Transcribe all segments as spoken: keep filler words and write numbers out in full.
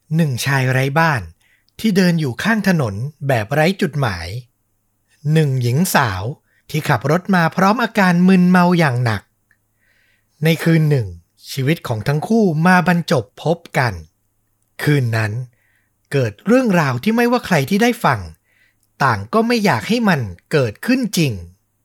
หนึ่งชายไร้บ้านที่เดินอยู่ข้างถนนแบบไร้จุดหมายหนึ่งหญิงสาวที่ขับรถมาพร้อมอาการมึนเมาอย่างหนักในคืนหนึ่งชีวิตของทั้งคู่มาบรรจบพบกันคืนนั้นเกิดเรื่องราวที่ไม่ว่าใครที่ได้ฟังต่างก็ไม่อยากให้มันเกิดขึ้นจริง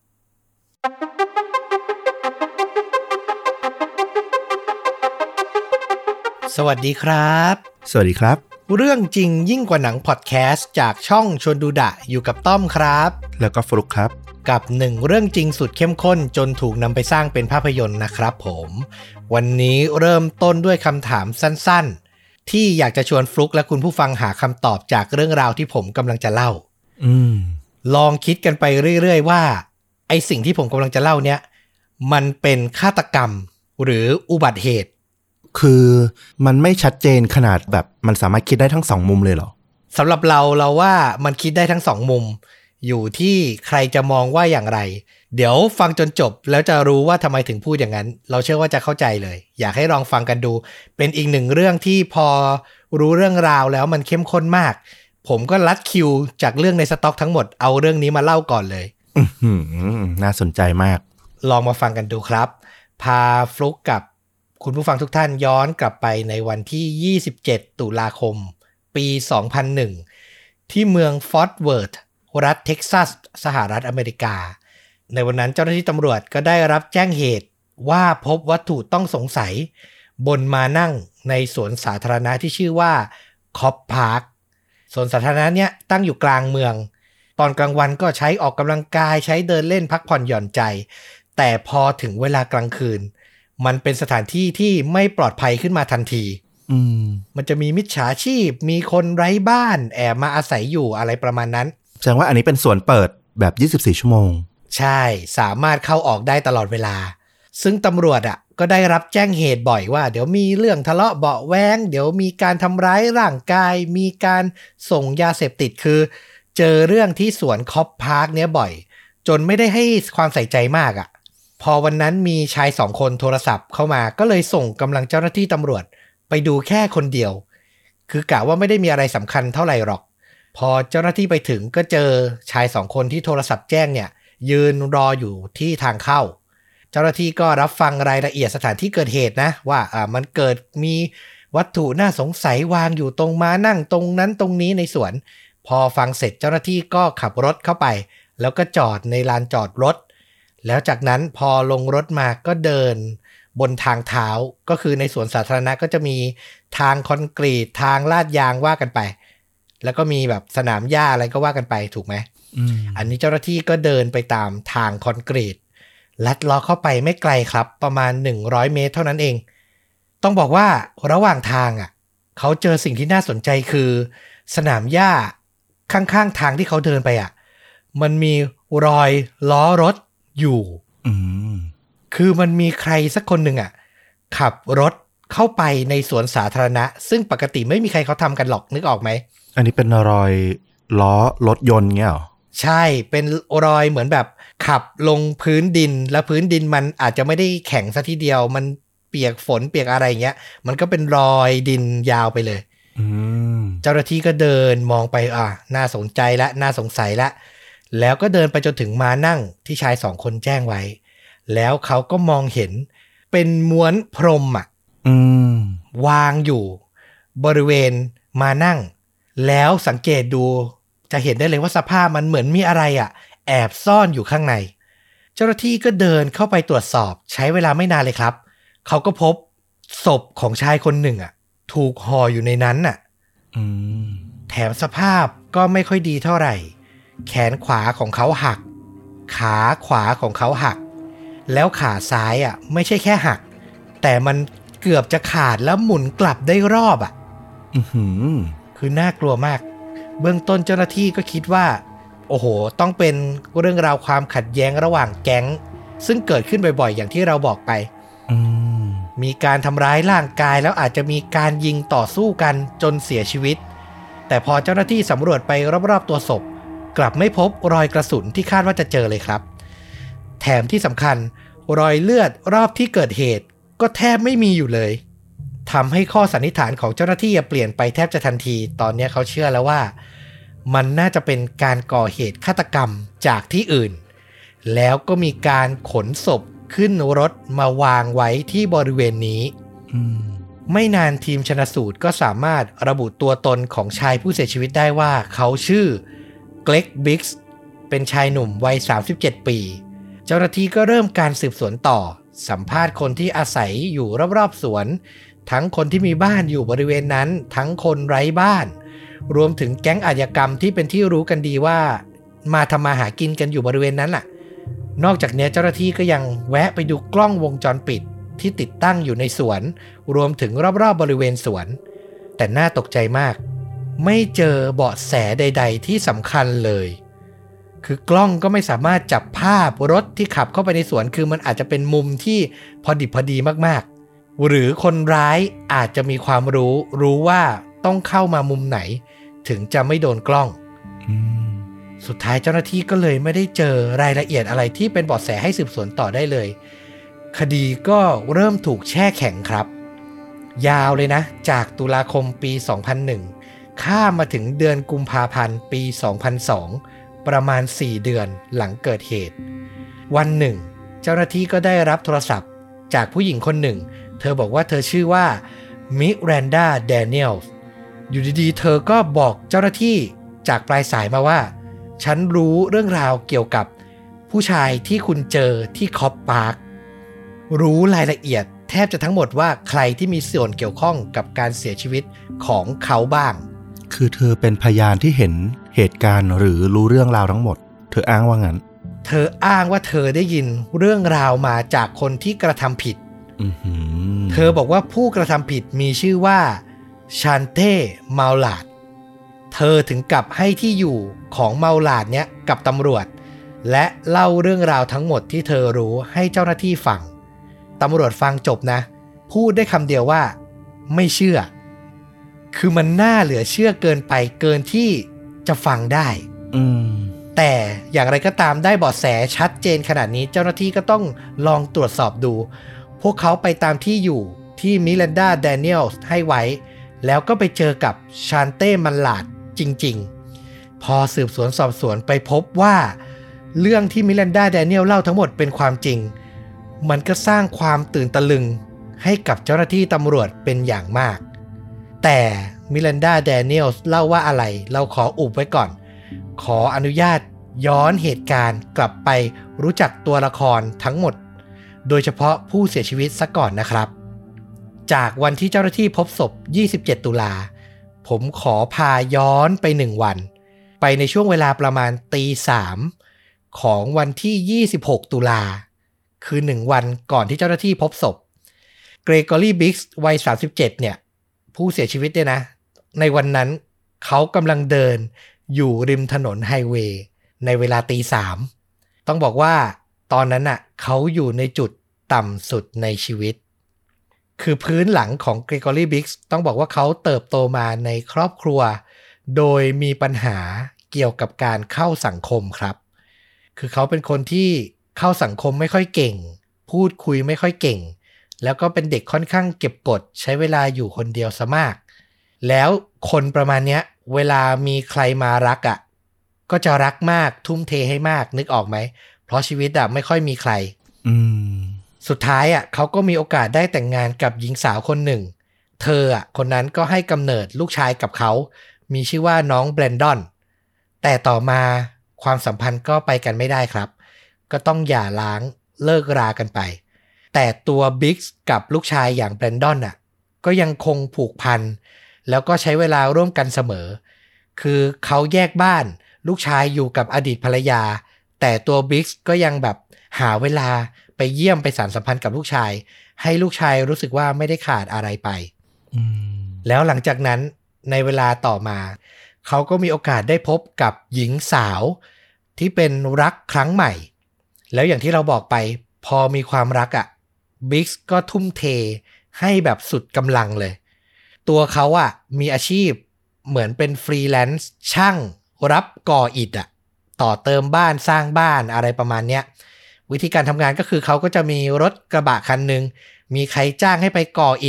สวัสดีครับสวัสดีครับเรื่องจริงยิ่งกว่าหนังพอดแคสต์จากช่องชวนดูดะอยู่กับต้อมครับแล้วก็ฟลุกครับกับหนึ่งเรื่องจริงสุดเข้มข้นจนถูกนำไปสร้างเป็นภาพยนตร์นะครับผมวันนี้เริ่มต้นด้วยคำถามสั้นๆที่อยากจะชวนฟลุกและคุณผู้ฟังหาคำตอบจากเรื่องราวที่ผมกำลังจะเล่าอืมลองคิดกันไปเรื่อยๆว่าไอสิ่งที่ผมกำลังจะเล่าเนี้ยมันเป็นฆาตกรรมหรืออุบัติเหตุคือมันไม่ชัดเจนขนาดแบบมันสามารถคิดได้ทั้งสองมุมเลยเหรอสำหรับเราเราว่ามันคิดได้ทั้งสองมุมอยู่ที่ใครจะมองว่าอย่างไรเดี๋ยวฟังจนจบแล้วจะรู้ว่าทำไมถึงพูดอย่างนั้นเราเชื่อว่าจะเข้าใจเลยอยากให้ลองฟังกันดูเป็นอีกหนึ่งเรื่องที่พอรู้เรื่องราวแล้วมันเข้มข้นมากผมก็ลัดคิวจากเรื่องในสต็อกทั้งหมดเอาเรื่องนี้มาเล่าก่อนเลยอื้อหือน่าสนใจมากลองมาฟังกันดูครับพาฟลุกกับคุณผู้ฟังทุกท่านย้อนกลับไปในวันที่ยี่สิบเจ็ดตุลาคมปีสองพันหนึ่งที่เมืองฟอร์ตเวิร์ธรัฐเท็กซัสสหรัฐอเมริกาในวันนั้นเจ้าหน้าที่ตำรวจก็ได้รับแจ้งเหตุว่าพบวัตถุต้องสงสัยบนม้านั่งในสวนสาธารณะที่ชื่อว่าคอปพาร์คสวนสาธารณะเนี้ยตั้งอยู่กลางเมืองตอนกลางวันก็ใช้ออกกำลังกายใช้เดินเล่นพักผ่อนหย่อนใจแต่พอถึงเวลากลางคืนมันเป็นสถานที่ที่ไม่ปลอดภัยขึ้นมาทันทีอืมมันจะมีมิจฉาชีพมีคนไร้บ้านแอบมาอาศัยอยู่อะไรประมาณนั้นแสดงว่าอันนี้เป็นสวนเปิดแบบยี่สิบสี่ชั่วโมงใช่สามารถเข้าออกได้ตลอดเวลาซึ่งตำรวจอ่ะก็ได้รับแจ้งเหตุบ่อยว่าเดี๋ยวมีเรื่องทะเลาะเบาะแว้งเดี๋ยวมีการทำร้ายร่างกายมีการส่งยาเสพติดคือเจอเรื่องที่สวนคอปพาร์คเนี้ยบ่อยจนไม่ได้ให้ความใส่ใจมากอ่ะพอวันนั้นมีชายสองคนโทรศัพท์เข้ามาก็เลยส่งกำลังเจ้าหน้าที่ตำรวจไปดูแค่คนเดียวคือกะว่าไม่ได้มีอะไรสำคัญเท่าไหร่หรอกพอเจ้าหน้าที่ไปถึงก็เจอชายสองคนที่โทรศัพท์แจ้งเนี่ยยืนรออยู่ที่ทางเข้าเจ้าหน้าที่ก็รับฟังรายละเอียดสถานที่เกิดเหตุนะว่าอ่ามันเกิดมีวัตถุน่าสงสัยวางอยู่ตรงม้านั่งตรงนั้นตรงนี้ในสวนพอฟังเสร็จเจ้าหน้าที่ก็ขับรถเข้าไปแล้วก็จอดในลานจอดรถแล้วจากนั้นพอลงรถมาก็เดินบนทางเท้าก็คือในสวนสาธารณะก็จะมีทางคอนกรีตทางลาดยางว่ากันไปแล้วก็มีแบบสนามหญ้าอะไรก็ว่ากันไปถูกไหมอืมอันนี้เจ้าหน้าที่ก็เดินไปตามทางคอนกรีตลัดเลาะเข้าไปไม่ไกลครับประมาณหนึ่งร้อยเมตรเท่านั้นเองต้องบอกว่าระหว่างทางอ่ะเขาเจอสิ่งที่น่าสนใจคือสนามหญ้าข้างๆทางที่เขาเดินไปอ่ะมันมีรอยล้อรถอยู่อืมคือมันมีใครสักคนหนึ่งอ่ะขับรถเข้าไปในสวนสาธารณะซึ่งปกติไม่มีใครเขาทำกันหรอกนึกออกไหมอันนี้เป็นรอยล้อรถยนต์เงี้ยหรอใช่เป็นรอยเหมือนแบบขับลงพื้นดินแล้วพื้นดินมันอาจจะไม่ได้แข็งซะทีเดียวมันเปียกฝนเปียกอะไรเงี้ยมันก็เป็นรอยดินยาวไปเลยอืมเจ้าหน้าที่ก็เดินมองไปอ่ะน่าสนใจละน่าสงสัยละแล้วก็เดินไปจนถึงม้านั่งที่ชายสองคนแจ้งไว้แล้วเขาก็มองเห็นเป็นม้วนพรมอ่ะอืมวางอยู่บริเวณม้านั่งแล้วสังเกตดูจะเห็นได้เลยว่าสภาพมันเหมือนมีอะไรอ่ะแอบซ่อนอยู่ข้างในเจ้าหน้าที่ก็เดินเข้าไปตรวจสอบใช้เวลาไม่นานเลยครับเขาก็พบศพของชายคนหนึ่งอ่ะถูกห่ออยู่ในนั้นน่ะอืมแถมสภาพก็ไม่ค่อยดีเท่าไหร่แขนขวาของเขาหักขาขวาของเขาหักแล้วขาซ้ายอ่ะไม่ใช่แค่หักแต่มันเกือบจะขาดแล้วหมุนกลับได้รอบอ่ะอือหือคือน่ากลัวมากเบื้องต้นเจ้าหน้าที่ก็คิดว่าโอ้โหต้องเป็นเรื่องราวความขัดแย้งระหว่างแก๊งซึ่งเกิดขึ้นบ่อยๆอย่างที่เราบอกไปอืมมีการทำร้ายร่างกายแล้วอาจจะมีการยิงต่อสู้กันจนเสียชีวิตแต่พอเจ้าหน้าที่สำรวจไปรอบๆตัวศพกลับไม่พบรอยกระสุนที่คาดว่าจะเจอเลยครับแถมที่สำคัญรอยเลือดรอบที่เกิดเหตุก็แทบไม่มีอยู่เลยทำให้ข้อสันนิษฐานของเจ้าหน้าที่เปลี่ยนไปแทบจะทันทีตอนนี้เขาเชื่อแล้วว่ามันน่าจะเป็นการก่อเหตุฆาตกรรมจากที่อื่นแล้วก็มีการขนศพขึ้นรถมาวางไว้ที่บริเวณนี้ไม่นานทีมชันสูตรก็สามารถระบุตัวตนของชายผู้เสียชีวิตได้ว่าเขาชื่อเกร็กบิ๊กส์เป็นชายหนุ่มวัยสามสิบเจ็ดปีเจ้าหน้าที่ก็เริ่มการสืบสวนต่อสัมภาษณ์คนที่อาศัยอยู่รอบๆสวนทั้งคนที่มีบ้านอยู่บริเวณนั้นทั้งคนไร้บ้านรวมถึงแก๊งอาชญากรรมที่เป็นที่รู้กันดีว่ามาทำมาหากินกันอยู่บริเวณนั้นแหละนอกจากนี้เจ้าหน้าที่ก็ยังแวะไปดูกล้องวงจรปิดที่ติดตั้งอยู่ในสวนรวมถึงรอบๆบริเวณสวนแต่น่าตกใจมากไม่เจอเบาะแสใดๆที่สำคัญเลยคือกล้องก็ไม่สามารถจับภาพรถที่ขับเข้าไปในสวนคือมันอาจจะเป็นมุมที่พอดิบพอดีมากๆหรือคนร้ายอาจจะมีความรู้รู้ว่าต้องเข้ามามุมไหนถึงจะไม่โดนกล้อง mm. สุดท้ายเจ้าหน้าที่ก็เลยไม่ได้เจอรายละเอียดอะไรที่เป็นเบาะแสให้สืบสวนต่อได้เลยคดีก็เริ่มถูกแช่แข็งครับยาวเลยนะจากตุลาคมปีสองพันหนึ่งข้ามมาถึงเดือนกุมภาพันธ์ปีสองพันสองประมาณสี่เดือนหลังเกิดเหตุวันหนึ่งเจ้าหน้าที่ก็ได้รับโทรศัพท์จากผู้หญิงคนหนึ่งเธอบอกว่าเธอชื่อว่ามิรันดาแดเนียลส์อยู่ดีๆเธอก็บอกเจ้าหน้าที่จากปลายสายมาว่าฉันรู้เรื่องราวเกี่ยวกับผู้ชายที่คุณเจอที่คอปพาร์ครู้รายละเอียดแทบจะทั้งหมดว่าใครที่มีส่วนเกี่ยวข้องกับการเสียชีวิตของเขาบ้างคือเธอเป็นพยานที่เห็นเหตุการณ์หรือรู้เรื่องราวทั้งหมดเธออ้างว่างั้นเธออ้างว่าเธอได้ยินเรื่องราวมาจากคนที่กระทำผิดเธอบอกว่าผู้กระทำผิดมีชื่อว่าชานเต้เมาลาดเธอถึงกับให้ที่อยู่ของเมาลาดเนี้ยกับตำรวจและเล่าเรื่องราวทั้งหมดที่เธอรู้ให้เจ้าหน้าที่ฟังตำรวจฟังจบนะพูดได้คำเดียวว่าไม่เชื่อคือมันน่าเหลือเชื่อเกินไปเกินที่จะฟังได้แต่อย่างไรก็ตามได้เบาะแสชัดเจนขนาดนี้เจ้าหน้าที่ก็ต้องลองตรวจสอบดูพวกเขาไปตามที่อยู่ที่มิรันดาแดเนียลส์ให้ไว้แล้วก็ไปเจอกับชานเต้มันลาดจริงๆพอสืบสวนสอบสวนไปพบว่าเรื่องที่มิรันดาแดเนียลเล่าทั้งหมดเป็นความจริงมันก็สร้างความตื่นตะลึงให้กับเจ้าหน้าที่ตำรวจเป็นอย่างมากแต่มิรันดาแดเนียลส์เล่าว่าอะไรเราขออุบไว้ก่อนขออนุญาตย้อนเหตุการณ์กลับไปรู้จักตัวละครทั้งหมดโดยเฉพาะผู้เสียชีวิตซะก่อนนะครับจากวันที่เจ้าหน้าที่พบศพยี่สิบเจ็ดตุลาผมขอพาย้อนไปหนึ่งวันไปในช่วงเวลาประมาณตีสามของวันที่ยี่สิบหกตุลาคือหนึ่งวันก่อนที่เจ้าหน้าที่พบศพเกรกอรี่บิ๊กส์วัยสามสิบเจ็ดเนี่ยผู้เสียชีวิตเนี่ยนะในวันนั้นเขากำลังเดินอยู่ริมถนนไฮเวย์ในเวลาตีสามต้องบอกว่าตอนนั้นน่ะเขาอยู่ในจุดต่ำสุดในชีวิตคือพื้นหลังของเกรกอรี่บิ๊กส์ต้องบอกว่าเขาเติบโตมาในครอบครัวโดยมีปัญหาเกี่ยวกับการเข้าสังคมครับคือเขาเป็นคนที่เข้าสังคมไม่ค่อยเก่งพูดคุยไม่ค่อยเก่งแล้วก็เป็นเด็กค่อนข้างเก็บกดใช้เวลาอยู่คนเดียวซะมากแล้วคนประมาณเนี้ยเวลามีใครมารักอ่ะก็จะรักมากทุ่มเทให้มากนึกออกไหมเพราะชีวิตอ่ะไม่ค่อยมีใครอืมสุดท้ายอ่ะเขาก็มีโอกาสได้แต่งงานกับหญิงสาวคนหนึ่งเธออ่ะคนนั้นก็ให้กำเนิดลูกชายกับเขามีชื่อว่าน้องแบรนดอนแต่ต่อมาความสัมพันธ์ก็ไปกันไม่ได้ครับก็ต้องหย่าร้างเลิกรากันไปแต่ตัวบิ๊กส์กับลูกชายอย่างแบรนดอนอ่ะก็ยังคงผูกพันแล้วก็ใช้เวลาร่วมกันเสมอคือเขาแยกบ้านลูกชายอยู่กับอดีตภรรยาแต่ตัวบิ๊กส์ก็ยังแบบหาเวลาไปเยี่ยมไปสานสัมพันธ์กับลูกชายให้ลูกชายรู้สึกว่าไม่ได้ขาดอะไรไปแล้วหลังจากนั้นในเวลาต่อมาเขาก็มีโอกาสได้พบกับหญิงสาวที่เป็นรักครั้งใหม่แล้วอย่างที่เราบอกไปพอมีความรักอ่ะบิ๊กส์ก็ทุ่มเทให้แบบสุดกำลังเลยตัวเขาอ่ะมีอาชีพเหมือนเป็นฟรีแลนซ์ช่างรับก่ออิฐอ่ะต่อเติมบ้านสร้างบ้านอะไรประมาณเนี้ยวิธีการทำงานก็คือเขาก็จะมีรถกระบะคันนึงมีใครจ้างให้ไปก่ออิฐ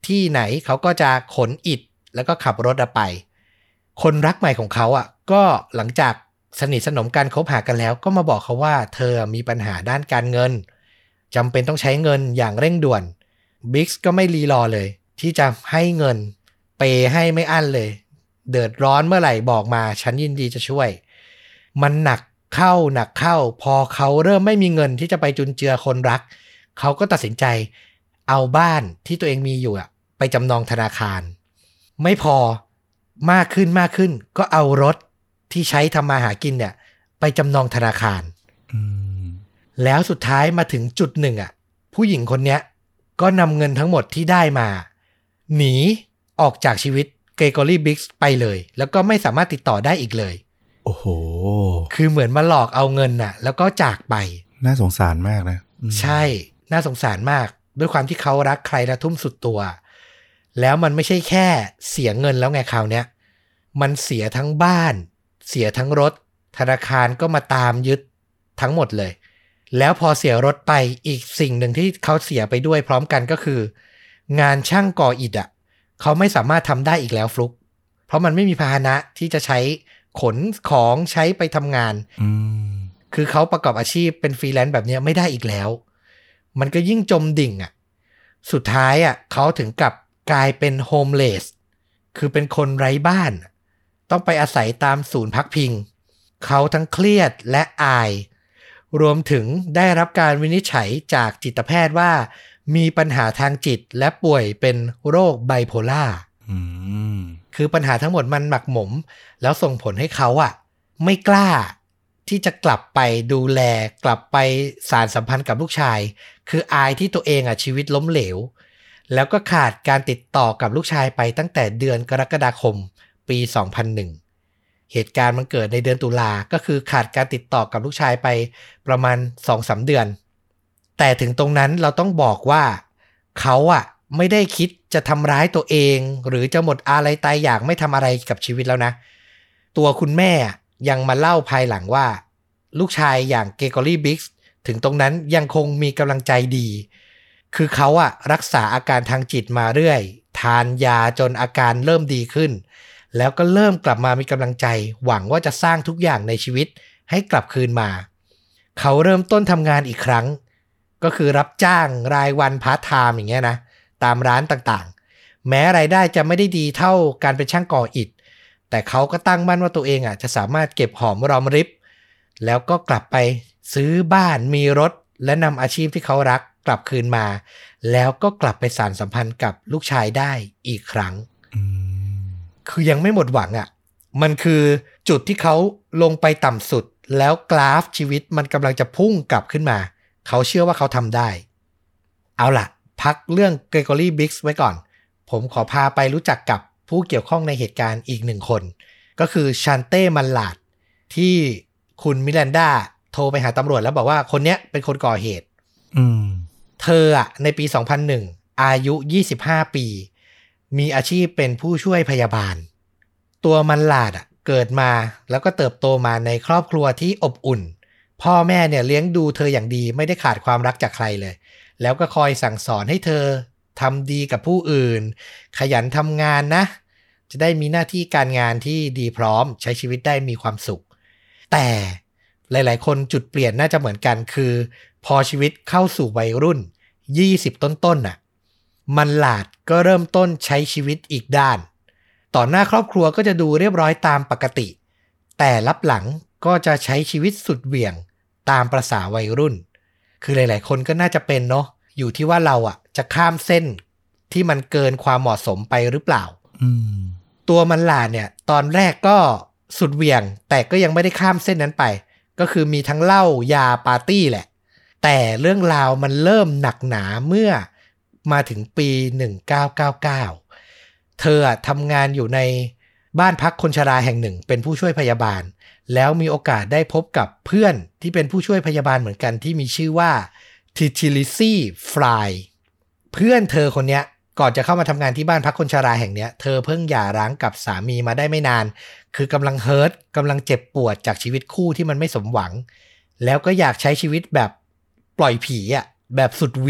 ที่ไหนเขาก็จะขนอิฐแล้วก็ขับรถไปคนรักใหม่ของเขาอ่ะก็หลังจากสนิทสนมกันคบหากันแล้วก็มาบอกเขาว่าเธอมีปัญหาด้านการเงินจำเป็นต้องใช้เงินอย่างเร่งด่วนบิ๊กซ์ก็ไม่รีรอเลยที่จะให้เงินเปย์ให้ไม่อั้นเลยเดือดร้อนเมื่อไหร่บอกมาฉันยินดีจะช่วยมันหนักเข้าหนักเข้าพอเขาเริ่มไม่มีเงินที่จะไปจุนเจือคนรักเขาก็ตัดสินใจเอาบ้านที่ตัวเองมีอยู่อะไปจำนองธนาคารไม่พอมากขึ้นมากขึ้นก็เอารถที่ใช้ทำมาหากินเนี่ยไปจำนองธนาคารแล้วสุดท้ายมาถึงจุดหนึ่งอ่ะผู้หญิงคนเนี้ยก็นำเงินทั้งหมดที่ได้มาหนีออกจากชีวิตเกรกอรี่บิ๊กซ์ไปเลยแล้วก็ไม่สามารถติดต่อได้อีกเลยโอ้โหคือเหมือนมาหลอกเอาเงินน่ะแล้วก็จากไปน่าสงสารมากนะใช่น่าสงสารมากด้วยความที่เขารักใครและทุ่มสุดตัวแล้วมันไม่ใช่แค่เสียเงินแล้วไงคราวเนี้ยมันเสียทั้งบ้านเสียทั้งรถธนาคารก็มาตามยึดทั้งหมดเลยแล้วพอเสียรถไปอีกสิ่งหนึ่งที่เขาเสียไปด้วยพร้อมกันก็คืองานช่างก่ออิฐอ่ะเขาไม่สามารถทำได้อีกแล้วฟลุกเพราะมันไม่มีพาหนะที่จะใช้ขนของใช้ไปทำงานคือเขาประกอบอาชีพเป็นฟรีแลนซ์แบบนี้ไม่ได้อีกแล้วมันก็ยิ่งจมดิ่งอ่ะสุดท้ายอ่ะเขาถึงกับกลายเป็นโฮมเลสคือเป็นคนไร้บ้านต้องไปอาศัยตามศูนย์พักพิงเขาทั้งเครียดและอายรวมถึงได้รับการวินิจฉัยจากจิตแพทย์ว่ามีปัญหาทางจิตและป่วยเป็นโรคไบโพล่าคือปัญหาทั้งหมดมันหมักหมมแล้วส่งผลให้เขาอ่ะไม่กล้าที่จะกลับไปดูแลกลับไปสานสัมพันธ์กับลูกชายคืออายที่ตัวเองอ่ะชีวิตล้มเหลวแล้วก็ขาดการติดต่อกับลูกชายไปตั้งแต่เดือนกรกฎาคมปีสองพันหนึ่งเหตุการณ์มันเกิดในเดือนตุลาก็คือขาดการติดต่อกับลูกชายไปประมาณ สองถึงสาม เดือนแต่ถึงตรงนั้นเราต้องบอกว่าเขาอ่ะไม่ได้คิดจะทำร้ายตัวเองหรือจะหมดอะไรตายอยากไม่ทำอะไรกับชีวิตแล้วนะตัวคุณแม่ยังมาเล่าภายหลังว่าลูกชายอย่างเกรกอรี่บิ๊กซ์ถึงตรงนั้นยังคงมีกำลังใจดีคือเขาอะรักษาอาการทางจิตมาเรื่อยทานยาจนอาการเริ่มดีขึ้นแล้วก็เริ่มกลับมามีกำลังใจหวังว่าจะสร้างทุกอย่างในชีวิตให้กลับคืนมาเขาเริ่มต้นทำงานอีกครั้งก็คือรับจ้างรายวันพาร์ทไทม์อย่างเงี้ยนะตามร้านต่างๆแม้รายได้จะไม่ได้ดีเท่าการเป็นช่างก่ออิฐแต่เขาก็ตั้งมั่นว่าตัวเองอ่ะจะสามารถเก็บหอมรอมริบแล้วก็กลับไปซื้อบ้านมีรถและนำอาชีพที่เขารักกลับคืนมาแล้วก็กลับไปสานสัมพันธ์กับลูกชายได้อีกครั้งคือยังไม่หมดหวังอ่ะมันคือจุดที่เขาลงไปต่ำสุดแล้วกราฟชีวิตมันกำลังจะพุ่งกลับขึ้นมาเขาเชื่อว่าเขาทำได้เอาล่ะพักเรื่องเกรกอรี่บิ๊กซ์ไว้ก่อนผมขอพาไปรู้จักกับผู้เกี่ยวข้องในเหตุการณ์อีกหนึ่งคนก็คือชันเต้มันลาดที่คุณมิรันดาโทรไปหาตำรวจแล้วบอกว่าคนเนี้ยเป็นคนก่อเหตุเธออ่ะในปีสองพันหนึ่งอายุยี่สิบห้าปีมีอาชีพเป็นผู้ช่วยพยาบาลตัวมันลาดอ่ะเกิดมาแล้วก็เติบโตมาในครอบครัวที่อบอุ่นพ่อแม่เนี่ยเลี้ยงดูเธออย่างดีไม่ได้ขาดความรักจากใครเลยแล้วก็คอยสั่งสอนให้เธอทำดีกับผู้อื่นขยันทำงานนะจะได้มีหน้าที่การงานที่ดีพร้อมใช้ชีวิตได้มีความสุขแต่หลายๆคนจุดเปลี่ยนน่าจะเหมือนกันคือพอชีวิตเข้าสู่วัยรุ่นยี่สิบต้นๆน่ะมันหลาดก็เริ่มต้นใช้ชีวิตอีกด้านต่อหน้าครอบครัวก็จะดูเรียบร้อยตามปกติแต่ลับหลังก็จะใช้ชีวิตสุดเหวี่ยงตามประสาวัยรุ่นคือหลายๆคนก็น่าจะเป็นเนาะอยู่ที่ว่าเราอ่ะจะข้ามเส้นที่มันเกินความเหมาะสมไปหรือเปล่าตัวมันหลาดเนี่ยตอนแรกก็สุดเหวี่ยงแต่ก็ยังไม่ได้ข้ามเส้นนั้นไปก็คือมีทั้งเหล้ายาปาร์ตี้แหละแต่เรื่องราวมันเริ่มหนักหนาเมื่อมาถึงปีหนึ่งพันเก้าร้อยเก้าสิบเก้าเธอทำงานอยู่ในบ้านพักคนชราแห่งหนึ่งเป็นผู้ช่วยพยาบาลแล้วมีโอกาสได้พบกับเพื่อนที่เป็นผู้ช่วยพยาบาลเหมือนกันที่มีชื่อว่าทิทิลิซี่ฟลายเพื่อนเธอคนเนี้ยก่อนจะเข้ามาทำงานที่บ้านพักคนชราแห่งเนี้ยเธอเพิ่งหย่าร้างกับสามีมาได้ไม่นานคือกำลังเฮิร์ตกำลังเจ็บปวดจากชีวิตคู่ที่มันไม่สมหวังแล้วก็อยากใช้ชีวิตแบบปล่อยผีอ่ะแบบสุดเหวี่ยง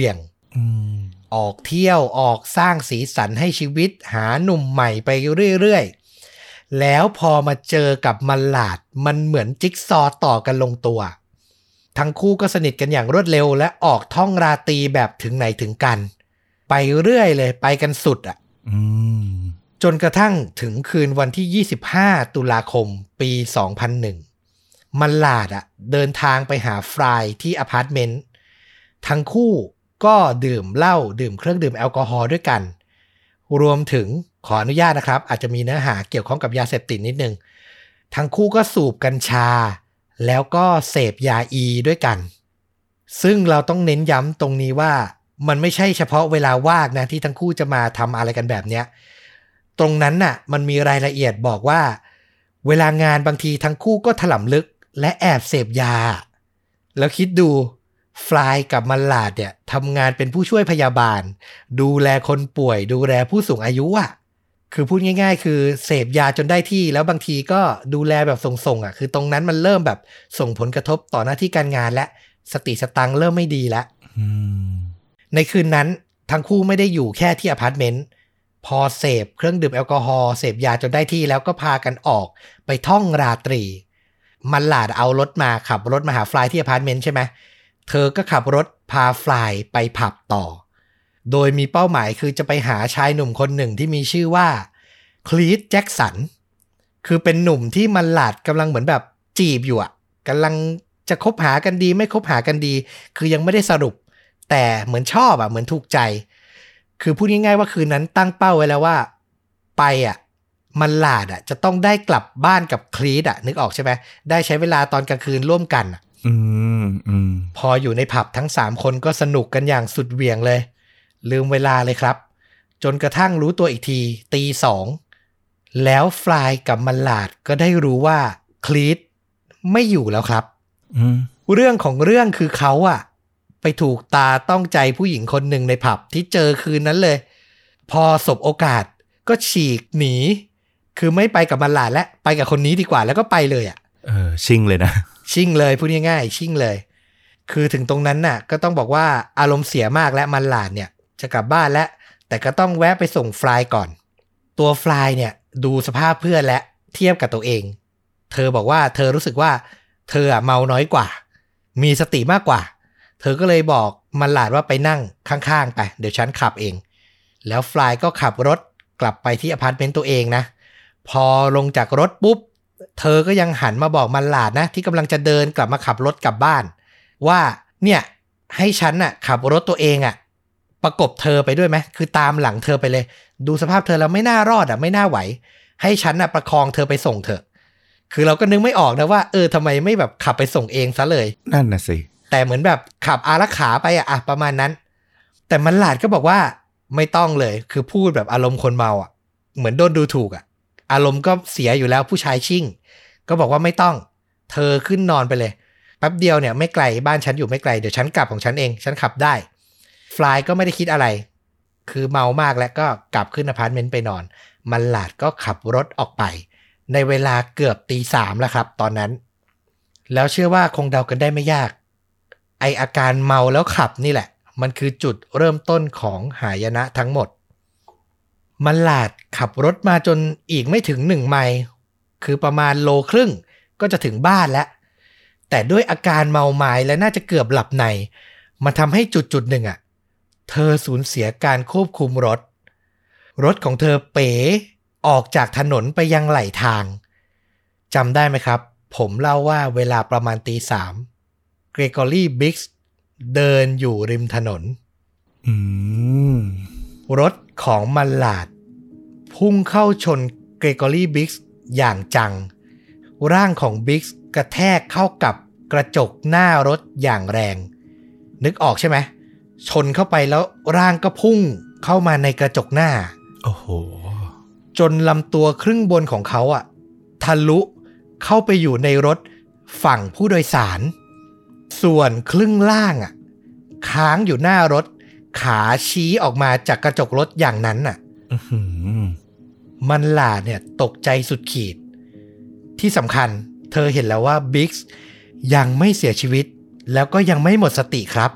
ออกเที่ยวออกสร้างสีสันให้ชีวิตหาหนุ่มใหม่ไปเรื่อยๆแล้วพอมาเจอกับมัลลาดมันเหมือนจิ๊กซอว์ต่อกันลงตัวทั้งคู่ก็สนิทกันอย่างรวดเร็วและออกท่องราตรีแบบถึงไหนถึงกันไปเรื่อยเลยไปกันสุดอ่ะจนกระทั่งถึงคืนวันที่ยี่สิบห้าตุลาคมปีสองพันหนึ่งมัลลาดอ่ะเดินทางไปหาฟรายที่อพาร์ตเมนต์ทั้งคู่ก็ดื่มเหล้าดื่มเครื่องดื่มแอลกอฮอล์ด้วยกันรวมถึงขออนุญาตนะครับอาจจะมีเนื้อหาเกี่ยวข้องกับยาเสพติดนิดนึงทั้งคู่ก็สูบกัญชาแล้วก็เสพยาอีด้วยกันซึ่งเราต้องเน้นย้ำตรงนี้ว่ามันไม่ใช่เฉพาะเวลาว่างนะที่ทั้งคู่จะมาทำอะไรกันแบบเนี้ยตรงนั้นน่ะมันมีรายละเอียดบอกว่าเวลางานบางทีทั้งคู่ก็ถลำลึกและแอบเสพยาแล้วคิดดูฟลายกับมัลลาดเนี่ยทำงานเป็นผู้ช่วยพยาบาลดูแลคนป่วยดูแลผู้สูงอายุอ่ะคือพูดง่ายๆคือเสพยาจนได้ที่แล้วบางทีก็ดูแลแบบส่งๆอ่ะคือตรงนั้นมันเริ่มแบบส่งผลกระทบต่อหน้าที่การงานและสติสตังค์เริ่มไม่ดีแล้วในคืนนั้นทั้งคู่ไม่ได้อยู่แค่ที่อพาร์ตเมนต์พอเสพเครื่องดื่มแอลกอฮอล์เสพยาจนได้ที่แล้วก็พากันออกไปท่องราตรีมัลลาดเอารถมาขับรถมาหาฟลายที่อพาร์ตเมนต์ใช่ไหมเธอก็ขับรถพาฟลายไปผับต่อโดยมีเป้าหมายคือจะไปหาชายหนุ่มคนหนึ่งที่มีชื่อว่าคลีตแจ็คสันคือเป็นหนุ่มที่มัลลาดกำลังเหมือนแบบจีบอยู่อ่ะกำลังจะคบหากันดีไม่คบหากันดีคือยังไม่ได้สรุปแต่เหมือนชอบอ่ะเหมือนถูกใจคือพูดง่ายๆว่าคืนนั้นตั้งเป้าไว้แล้วว่าไปอ่ะมัลลาดอ่ะจะต้องได้กลับบ้านกับคลีตอ่ะนึกออกใช่ไหมได้ใช้เวลาตอนกลางคืนร่วมกันอืมอืมพออยู่ในผับทั้งสามคนก็สนุกกันอย่างสุดเหวี่ยงเลยลืมเวลาเลยครับจนกระทั่งรู้ตัวอีกทีตีสองแล้วฟลายกับมัลลาดก็ได้รู้ว่าคลีตไม่อยู่แล้วครับเรื่องของเรื่องคือเขาอะไปถูกตาต้องใจผู้หญิงคนหนึ่งในผับที่เจอคืนนั้นเลยพอสบโอกาสก็ฉีกหนีคือไม่ไปกับมัลลาดและไปกับคนนี้ดีกว่าแล้วก็ไปเลยอะเออชิงเลยนะชิงเลยพูดง่ายๆชิงเลยคือถึงตรงนั้นน่ะก็ต้องบอกว่าอารมณ์เสียมากและมัลลาดเนี่ยจะกลับบ้านแล้วแต่ก็ต้องแวะไปส่งฟลายก่อนตัวฟลายเนี่ยดูสภาพเพื่อนและเทียบกับตัวเองเธอบอกว่าเธอรู้สึกว่าเธอเมาน้อยกว่ามีสติมากกว่าเธอก็เลยบอกมัลลาดว่าไปนั่งข้างๆไปเดี๋ยวฉันขับเองแล้วฟลายก็ขับรถกลับไปที่อพาร์ตเมนต์ตัวเองนะพอลงจากรถปุ๊บเธอก็ยังหันมาบอกมัลลาดนะที่กำลังจะเดินกลับมาขับรถกลับบ้านว่าเนี่ยให้ฉันน่ะขับรถตัวเองอ่ะประกบเธอไปด้วยไหมคือตามหลังเธอไปเลยดูสภาพเธอแล้วไม่น่ารอดอ่ะไม่น่าไหวให้ฉันน่ะประคองเธอไปส่งเถอะคือเราก็นึกไม่ออกนะว่าเออทำไมไม่แบบขับไปส่งเองซะเลยนั่นน่ะสิแต่เหมือนแบบขับอารักขาไปอ่ะประมาณนั้นแต่มัลลาดก็บอกว่าไม่ต้องเลยคือพูดแบบอารมณ์คนเมาอ่ะเหมือนโดนดูถูกอ่ะอารมณ์ก็เสียอยู่แล้วผู้ชายชิ่งก็บอกว่าไม่ต้องเธอขึ้นนอนไปเลยแป๊บเดียวเนี่ยไม่ไกลบ้านฉันอยู่ไม่ไกลเดี๋ยวฉันกลับของฉันเองฉันขับได้ฟลายก็ไม่ได้คิดอะไรคือเมามากแล้วก็กลับขึ้นอพาร์ตเมนต์ไปนอนมัลลาดก็ขับรถออกไปในเวลาเกือบตีสามแล้วครับตอนนั้นแล้วเชื่อว่าคงเดากันได้ไม่ยากไออาการเมาแล้วขับนี่แหละมันคือจุดเริ่มต้นของหายนะทั้งหมดมัลลาดขับรถมาจนอีกไม่ถึงหนึ่งไมล์คือประมาณโลครึ่งก็จะถึงบ้านแล้วแต่ด้วยอาการเมาไม้และน่าจะเกือบหลับในมันทำให้จุดจุดหนึ่งอ่ะเธอสูญเสียการควบคุมรถรถของเธอเป๋ออกจากถนนไปยังไหลทางจำได้ไหมครับผมเล่าว่าเวลาประมาณตีสามเกรกอรี่บิ๊กส์เดินอยู่ริมถนนอืมรถของมัลลาดพุ่งเข้าชนเกรกอรี่บิ๊กส์อย่างจังร่างของบิ๊กส์กระแทกเข้ากับกระจกหน้ารถอย่างแรงนึกออกใช่ไหมชนเข้าไปแล้วร่างก็พุ่งเข้ามาในกระจกหน้าโอ้โหจนลำตัวครึ่งบนของเขาอ่ะทะลุเข้าไปอยู่ในรถฝั่งผู้โดยสารส่วนครึ่งล่างอ่ะค้างอยู่หน้ารถขาชี้ออกมาจากกระจกรถอย่างนั้นน่ะมัลลาดเนี่ยตกใจสุดขีดที่สำคัญเธอเห็นแล้วว่าบิ๊กส์ยังไม่เสียชีวิตแล้วก็ยังไม่หมดสติครับ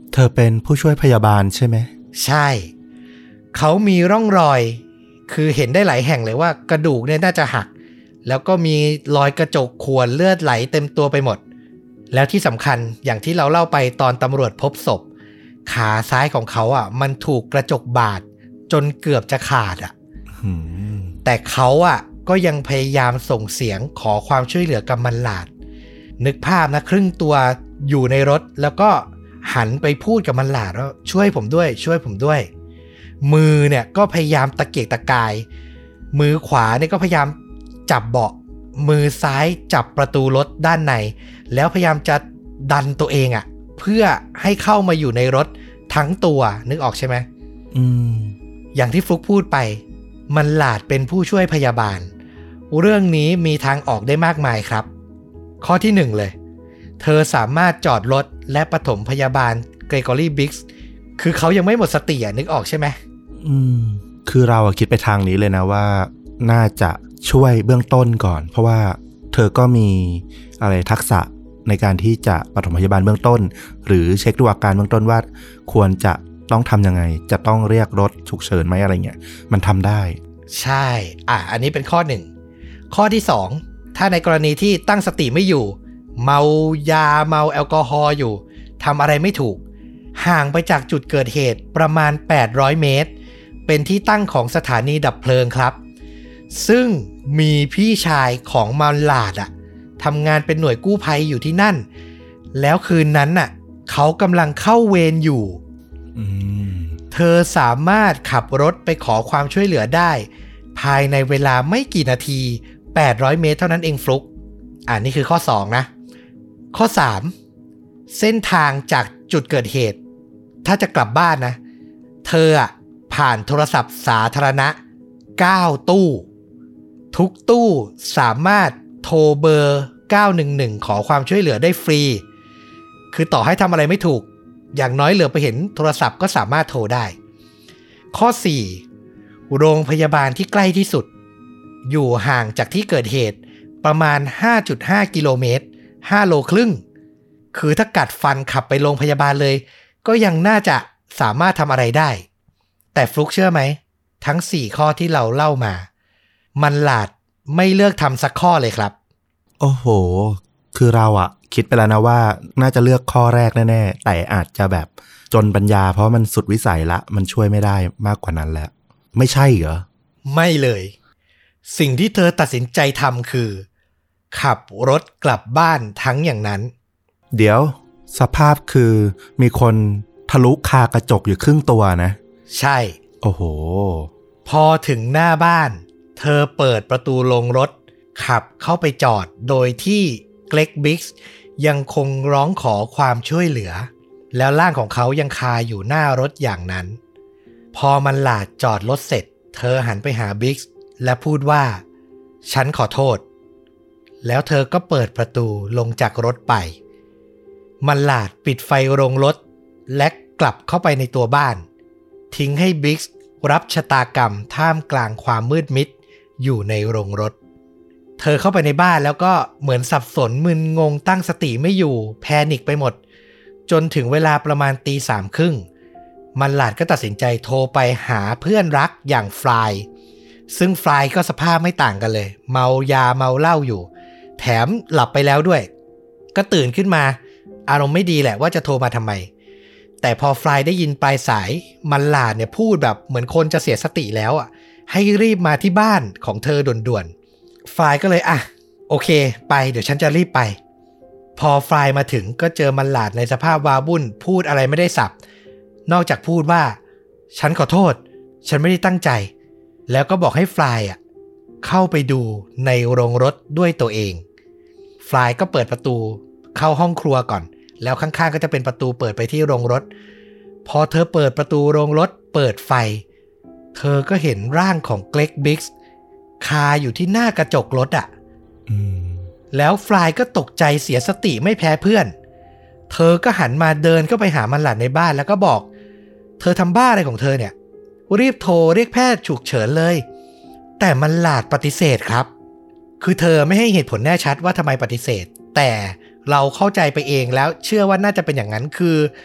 เธอเป็นผู้ช่วยพยาบาลใช่ไหมใช่เขามีร่องรอยคือเห็นได้หลายแห่งเลยว่ากระดูกเนี่ยน่าจะหักแล้วก็มีรอยกระจกข่วนเลือดไหลเต็มตัวไปหมดแล้วที่สำคัญอย่างที่เราเล่าไปตอนตำรวจพบศพขาซ้ายของเขาอ่ะมันถูกกระจกบาดจนเกือบจะขาดอ่ะ hmm. แต่เขาอ่ะก็ยังพยายามส่งเสียงขอความช่วยเหลือกับมันหลาดนึกภาพนะครึ่งตัวอยู่ในรถแล้วก็หันไปพูดกับมันหลาดว่าช่วยผมด้วยช่วยผมด้วยมือเนี่ยก็พยายามตะเกียกตะกายมือขวาเนี่ยก็พยายามจับเบาะมือซ้ายจับประตูรถด้านในแล้วพยายามจะดันตัวเองอ่ะเพื่อให้เข้ามาอยู่ในรถทั้งตัวนึกออกใช่ไหมอืมอย่างที่ฟลุกพูดไปมันหลาดเป็นผู้ช่วยพยาบาลเรื่องนี้มีทางออกได้มากมายครับข้อที่หนึ่งเลยเธอสามารถจอดรถและปฐมพยาบาลเกรกอรี่บิ๊กส์คือเขายังไม่หมดสติอ่ะนึกออกใช่ไหมอืมคือเราคิดไปทางนี้เลยนะว่าน่าจะช่วยเบื้องต้นก่อนเพราะว่าเธอก็มีอะไรทักษะในการที่จะปฐมพยาบาลเบื้องต้นหรือเช็คดูอาการเบื้องต้นว่าควรจะต้องทำยังไงจะต้องเรียกรถฉุกเฉินไหมอะไรเงี้ยมันทำได้ใช่อ่ะอันนี้เป็นข้อหนึ่งข้อที่สองถ้าในกรณีที่ตั้งสติไม่อยู่เมายาเมาแอลกอฮอล์อยู่ทำอะไรไม่ถูกห่างไปจากจุดเกิดเหตุประมาณแปดร้อยเมตรเป็นที่ตั้งของสถานีดับเพลิงครับซึ่งมีพี่ชายของมันหลาดอ่ะทำงานเป็นหน่วยกู้ภัยอยู่ที่นั่นแล้วคืนนั้นน่ะเขากำลังเข้าเวรอยู่ mm. เธอสามารถขับรถไปขอความช่วยเหลือได้ภายในเวลาไม่กี่นาทีแปดร้อยเมตรเท่านั้นเองฟลุกอ่านี่คือข้อสองนะข้อสามเส้นทางจากจุดเกิดเหตุถ้าจะกลับบ้านนะเธออ่ะผ่านโทรศัพท์สาธารณะเก้าตู้ทุกตู้สามารถโทรเบอร์เก้าหนึ่งหนึ่งขอความช่วยเหลือได้ฟรีคือต่อให้ทำอะไรไม่ถูกอย่างน้อยเหลือไปเห็นโทรศัพท์ก็สามารถโทรได้ข้อสี่โรงพยาบาลที่ใกล้ที่สุดอยู่ห่างจากที่เกิดเหตุประมาณ ห้าจุดห้า กิโลเมตรห้าโลครึ่งคือถ้ากัดฟันขับไปโรงพยาบาลเลยก็ยังน่าจะสามารถทำอะไรได้แต่ฟลุกเชื่อไหมทั้งสี่ข้อที่เราเล่ามามันหลาดไม่เลือกทำสักข้อเลยครับโอ้โหคือเราอะคิดไปแล้วนะว่าน่าจะเลือกข้อแรกแน่ๆแต่อาจจะแบบจนปัญญาเพราะมันสุดวิสัยละมันช่วยไม่ได้มากกว่านั้นแล้วไม่ใช่เหรอไม่เลยสิ่งที่เธอตัดสินใจทำคือขับรถกลับบ้านทั้งอย่างนั้นเดี๋ยวสภาพคือมีคนทะลุคากระจกอยู่ครึ่งตัวนะใช่โอ้โหพอถึงหน้าบ้านเธอเปิดประตูลงรถขับเข้าไปจอดโดยที่เกรกบิ๊กส์ยังคงร้องขอความช่วยเหลือแล้วร่างของเขายังคาอยู่หน้ารถอย่างนั้นพอมันหลาดจอดรถเสร็จเธอหันไปหาบิ๊กส์และพูดว่าฉันขอโทษแล้วเธอก็เปิดประตูลงจากรถไปมันหลาดปิดไฟโรงรถและกลับเข้าไปในตัวบ้านทิ้งให้บิ๊กส์รับชะตากรรมท่ามกลางความมืดมิดอยู่ในโรงรถเธอเข้าไปในบ้านแล้วก็เหมือนสับสนมึนงงตั้งสติไม่อยู่แพนิคไปหมดจนถึงเวลาประมาณตีสามครึ่งมันหลาดก็ตัดสินใจโทรไปหาเพื่อนรักอย่างฟลายซึ่งฟลายก็สภาพไม่ต่างกันเลยเมายาเมาเหล้าอยู่แถมหลับไปแล้วด้วยก็ตื่นขึ้นมาอารมณ์ไม่ดีแหละว่าจะโทรมาทำไมแต่พอฟลายได้ยินปลายสายมันหลาดเนี่ยพูดแบบเหมือนคนจะเสียสติแล้วอ่ะให้รีบมาที่บ้านของเธอด่วนๆฟลายก็เลยอ่ะโอเคไปเดี๋ยวฉันจะรีบไปพอฟลายมาถึงก็เจอมันหลาดในสภาพวาวุ่นพูดอะไรไม่ได้สับนอกจากพูดว่าฉันขอโทษฉันไม่ได้ตั้งใจแล้วก็บอกให้ฟลายอ่ะเข้าไปดูในโรงรถด้วยตัวเองฟลายก็เปิดประตูเข้าห้องครัวก่อนแล้วข้างๆก็จะเป็นประตูเปิดไปที่โรงรถพอเธอเปิดประตูโรงรถเปิดไฟเธอก็เห็นร่างของเกรกบิ๊กส์คาอยู่ที่หน้ากระจกรถอ่ะแล้วฟลายก็ตกใจเสียสติไม่แพ้เพื่อนเธอก็หันมาเดินเข้าไปหามันหลาดในบ้านแล้วก็บอกเธอทำบ้าอะไรของเธอเนี่ยรีบโทรเรียกแพทย์ฉุกเฉินเลยแต่มันหลาดปฏิเสธครับคือเธอไม่ให้เหตุผลแน่ชัดว่าทำไมปฏิเสธแต่เราเข้าใจไปเองแล้วเชื่อว่าน่าจะเป็นอย่างนั้นคือ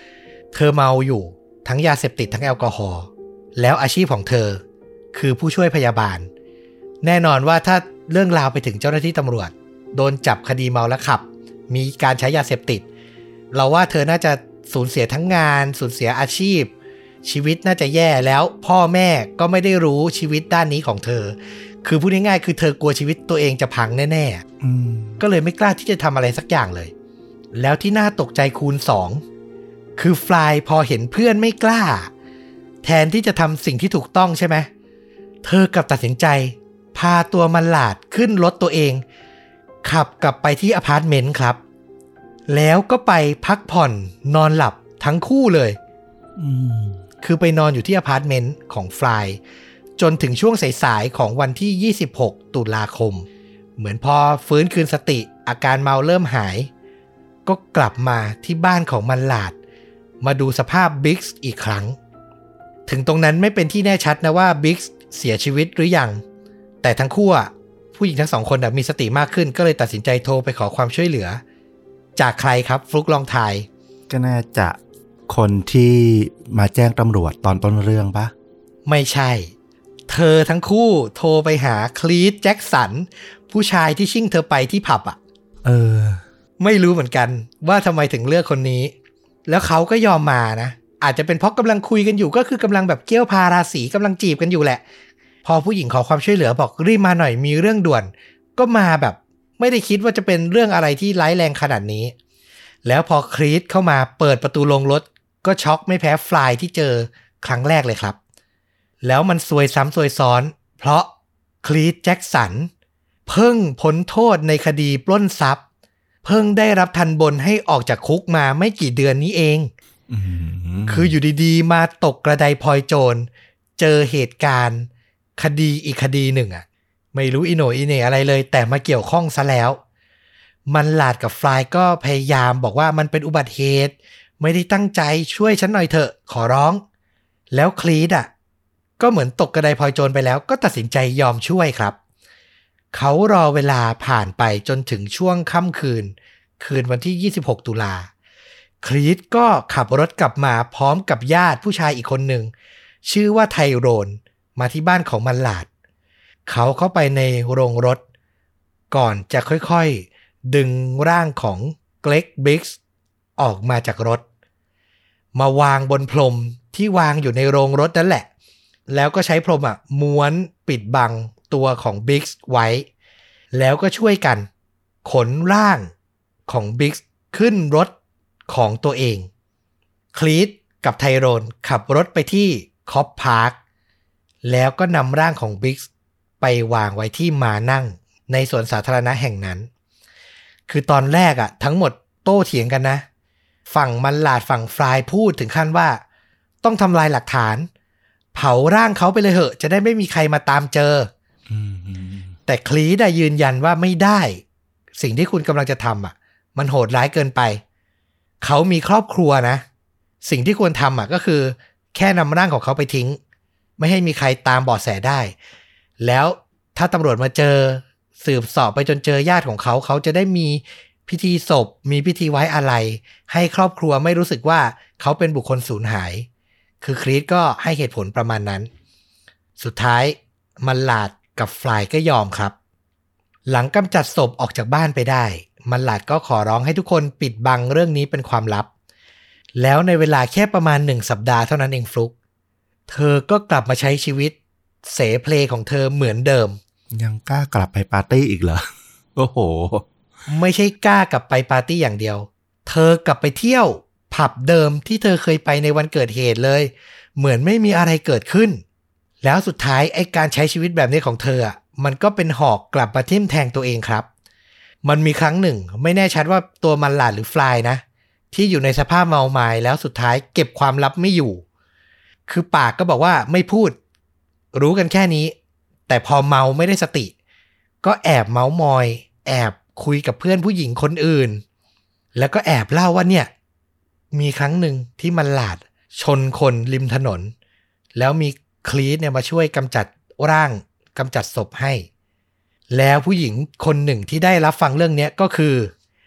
เธอเมาอยู่ทั้งยาเสพติดทั้งแอลกอฮอล์แล้วอาชีพของเธอคือผู้ช่วยพยาบาลแน่นอนว่าถ้าเรื่องราวไปถึงเจ้าหน้าที่ตำรวจโดนจับคดีเมาแล้วขับมีการใช้ยาเสพติดเราว่าเธอน่าจะสูญเสียทั้งงานสูญเสียอาชีพชีวิตน่าจะแย่แล้วพ่อแม่ก็ไม่ได้รู้ชีวิตด้านนี้ของเธอคือพูดง่ายๆคือเธอกลัวชีวิตตัวเองจะพังแน่ๆก็เลยไม่กล้าที่จะทำอะไรสักอย่างเลยแล้วที่น่าตกใจคูณสองคือฟลายพอเห็นเพื่อนไม่กล้าแทนที่จะทำสิ่งที่ถูกต้องใช่ไหมเธอกลับตัดสินใจพาตัวมันหลาดขึ้นรถตัวเองขับกลับไปที่อพาร์ตเมนต์ครับแล้วก็ไปพักผ่อนนอนหลับทั้งคู่เลยคือไปนอนอยู่ที่อพาร์ตเมนต์ของฟลายจนถึงช่วงสายๆของวันที่ยี่สิบหกตุลาคมเหมือนพอฟื้นคืนสติอาการเมาเริ่มหายก็กลับมาที่บ้านของมันหลาดมาดูสภาพบิ๊กซ์อีกครั้งถึงตรงนั้นไม่เป็นที่แน่ชัดนะว่าบิ๊กซ์เสียชีวิตหรือยังแต่ทั้งคู่ผู้หญิงทั้งสองคนมีสติมากขึ้นก็เลยตัดสินใจโทรไปขอความช่วยเหลือจากใครครับฟลุกลองทายก็น่าจะคนที่มาแจ้งตำรวจตอนต้นเรื่องปะไม่ใช่เธอทั้งคู่โทรไปหาคลีตแจ็คสันผู้ชายที่ชิ่งเธอไปที่ผับอ่ะเออไม่รู้เหมือนกันว่าทำไมถึงเลือกคนนี้แล้วเขาก็ยอมมานะอาจจะเป็นเพราะกำลังคุยกันอยู่ก็คือกำลังแบบเกี้ยวพาราสีกำลังจีบกันอยู่แหละพอผู้หญิงขอความช่วยเหลือบอกรีบมาหน่อยมีเรื่องด่วนก็มาแบบไม่ได้คิดว่าจะเป็นเรื่องอะไรที่ร้ายแรงขนาดนี้แล้วพอคลีตเข้ามาเปิดประตูลงรถก็ช็อกไม่แพ้ฟลายที่เจอครั้งแรกเลยครับแล้วมันซวยซ้ำซวยซ้อนเพราะคลีตแจ็คสันเพิ่งพ้นโทษในคดีปล้นทรัพย์เพิ่งได้รับทันบนให้ออกจากคุกมาไม่กี่เดือนนี้เอง mm-hmm. คืออยู่ดีๆมาตกกระไดพลอยโจรเจอเหตุการณ์คดีอีกคดีหนึ่งอ่ะไม่รู้อิโหนอิเหน่อะไรเลยแต่มาเกี่ยวข้องซะแล้วมันหลาดกับฟลายก็พยายามบอกว่ามันเป็นอุบัติเหตุไม่ได้ตั้งใจช่วยฉันหน่อยเถอะขอร้องแล้วคลีตอ่ะก็เหมือนตกกระไดพลอยโจรไปแล้วก็ตัดสินใจยอมช่วยครับเขารอเวลาผ่านไปจนถึงช่วงค่ำคืนคืนวันที่ยี่สิบหกตุลาคลีตก็ขับรถกลับมาพร้อมกับญาติผู้ชายอีกคนหนึ่งชื่อว่าไทโรนมาที่บ้านของมันหลาดเขาเข้าไปในโรงรถก่อนจะค่อยๆดึงร่างของเกรกบิ๊กซ์ออกมาจากรถมาวางบนพรมที่วางอยู่ในโรงรถนั่นแหละแล้วก็ใช้พรมอ่ะม้วนปิดบังตัวของบิ๊กซ์ไว้แล้วก็ช่วยกันขนร่างของบิ๊กซ์ขึ้นรถของตัวเองคลีตกับไทโรนขับรถไปที่คอปพาร์คแล้วก็นำร่างของบิ๊กซ์ไปวางไว้ที่ม้านั่งในสวนสาธารณะแห่งนั้นคือตอนแรกอ่ะทั้งหมดโต้เถียงกันนะฝั่งมันหลาดฝั่งฟลายพูดถึงขั้นว่าต้องทำลายหลักฐานเผาร่างเขาไปเลยเหอะจะได้ไม่มีใครมาตามเจอ mm-hmm. แต่คลีตได้ยืนยันว่าไม่ได้สิ่งที่คุณกำลังจะทำอ่ะมันโหดร้ายเกินไปเขามีครอบครัวนะสิ่งที่ควรทำอ่ะก็คือแค่นำร่างของเขาไปทิ้งไม่ให้มีใครตามเบาะแสได้แล้วถ้าตำรวจมาเจอสืบสอบไปจนเจอญาติของเขาเขาจะได้มีพิธีศพมีพิธีไว้อาลัยให้ครอบครัวไม่รู้สึกว่าเขาเป็นบุคคลสูญหายคือคลีตก็ให้เหตุผลประมาณนั้นสุดท้ายมันหลาดกับฟลายก็ยอมครับหลังกำจัดศพออกจากบ้านไปได้มันหลาดก็ขอร้องให้ทุกคนปิดบังเรื่องนี้เป็นความลับแล้วในเวลาแค่ประมาณหนึ่งสัปดาห์เท่านั้นเองฟลุกเธอก็กลับมาใช้ชีวิตเสเพลของเธอเหมือนเดิมยังกล้ากลับไปปาร์ตี้อีกเหรอโอ้โหไม่ใช่กล้ากลับไปปาร์ตี้อย่างเดียวเธอกลับไปเที่ยวผับเดิมที่เธอเคยไปในวันเกิดเหตุเลยเหมือนไม่มีอะไรเกิดขึ้นแล้วสุดท้ายไอ้การใช้ชีวิตแบบนี้ของเธออ่ะมันก็เป็นหอกกลับมาทิ่มแทงตัวเองครับมันมีครั้งหนึ่งไม่แน่ชัดว่าตัวมันหลาดหรือฟลายนะที่อยู่ในสภาพเมาไม้แล้วสุดท้ายเก็บความลับไม่อยู่คือปากก็บอกว่าไม่พูดรู้กันแค่นี้แต่พอเมาไม่ได้สติก็แอบเมามอยแอบคุยกับเพื่อนผู้หญิงคนอื่นแล้วก็แอบเล่าว่าเนี่ยมีครั้งหนึ่งที่มันหลาดชนคนริมถนนแล้วมีคลีตเนี่ยมาช่วยกำจัดร่างกำจัดศพให้แล้วผู้หญิงคนหนึ่งที่ได้รับฟังเรื่องนี้ก็คือ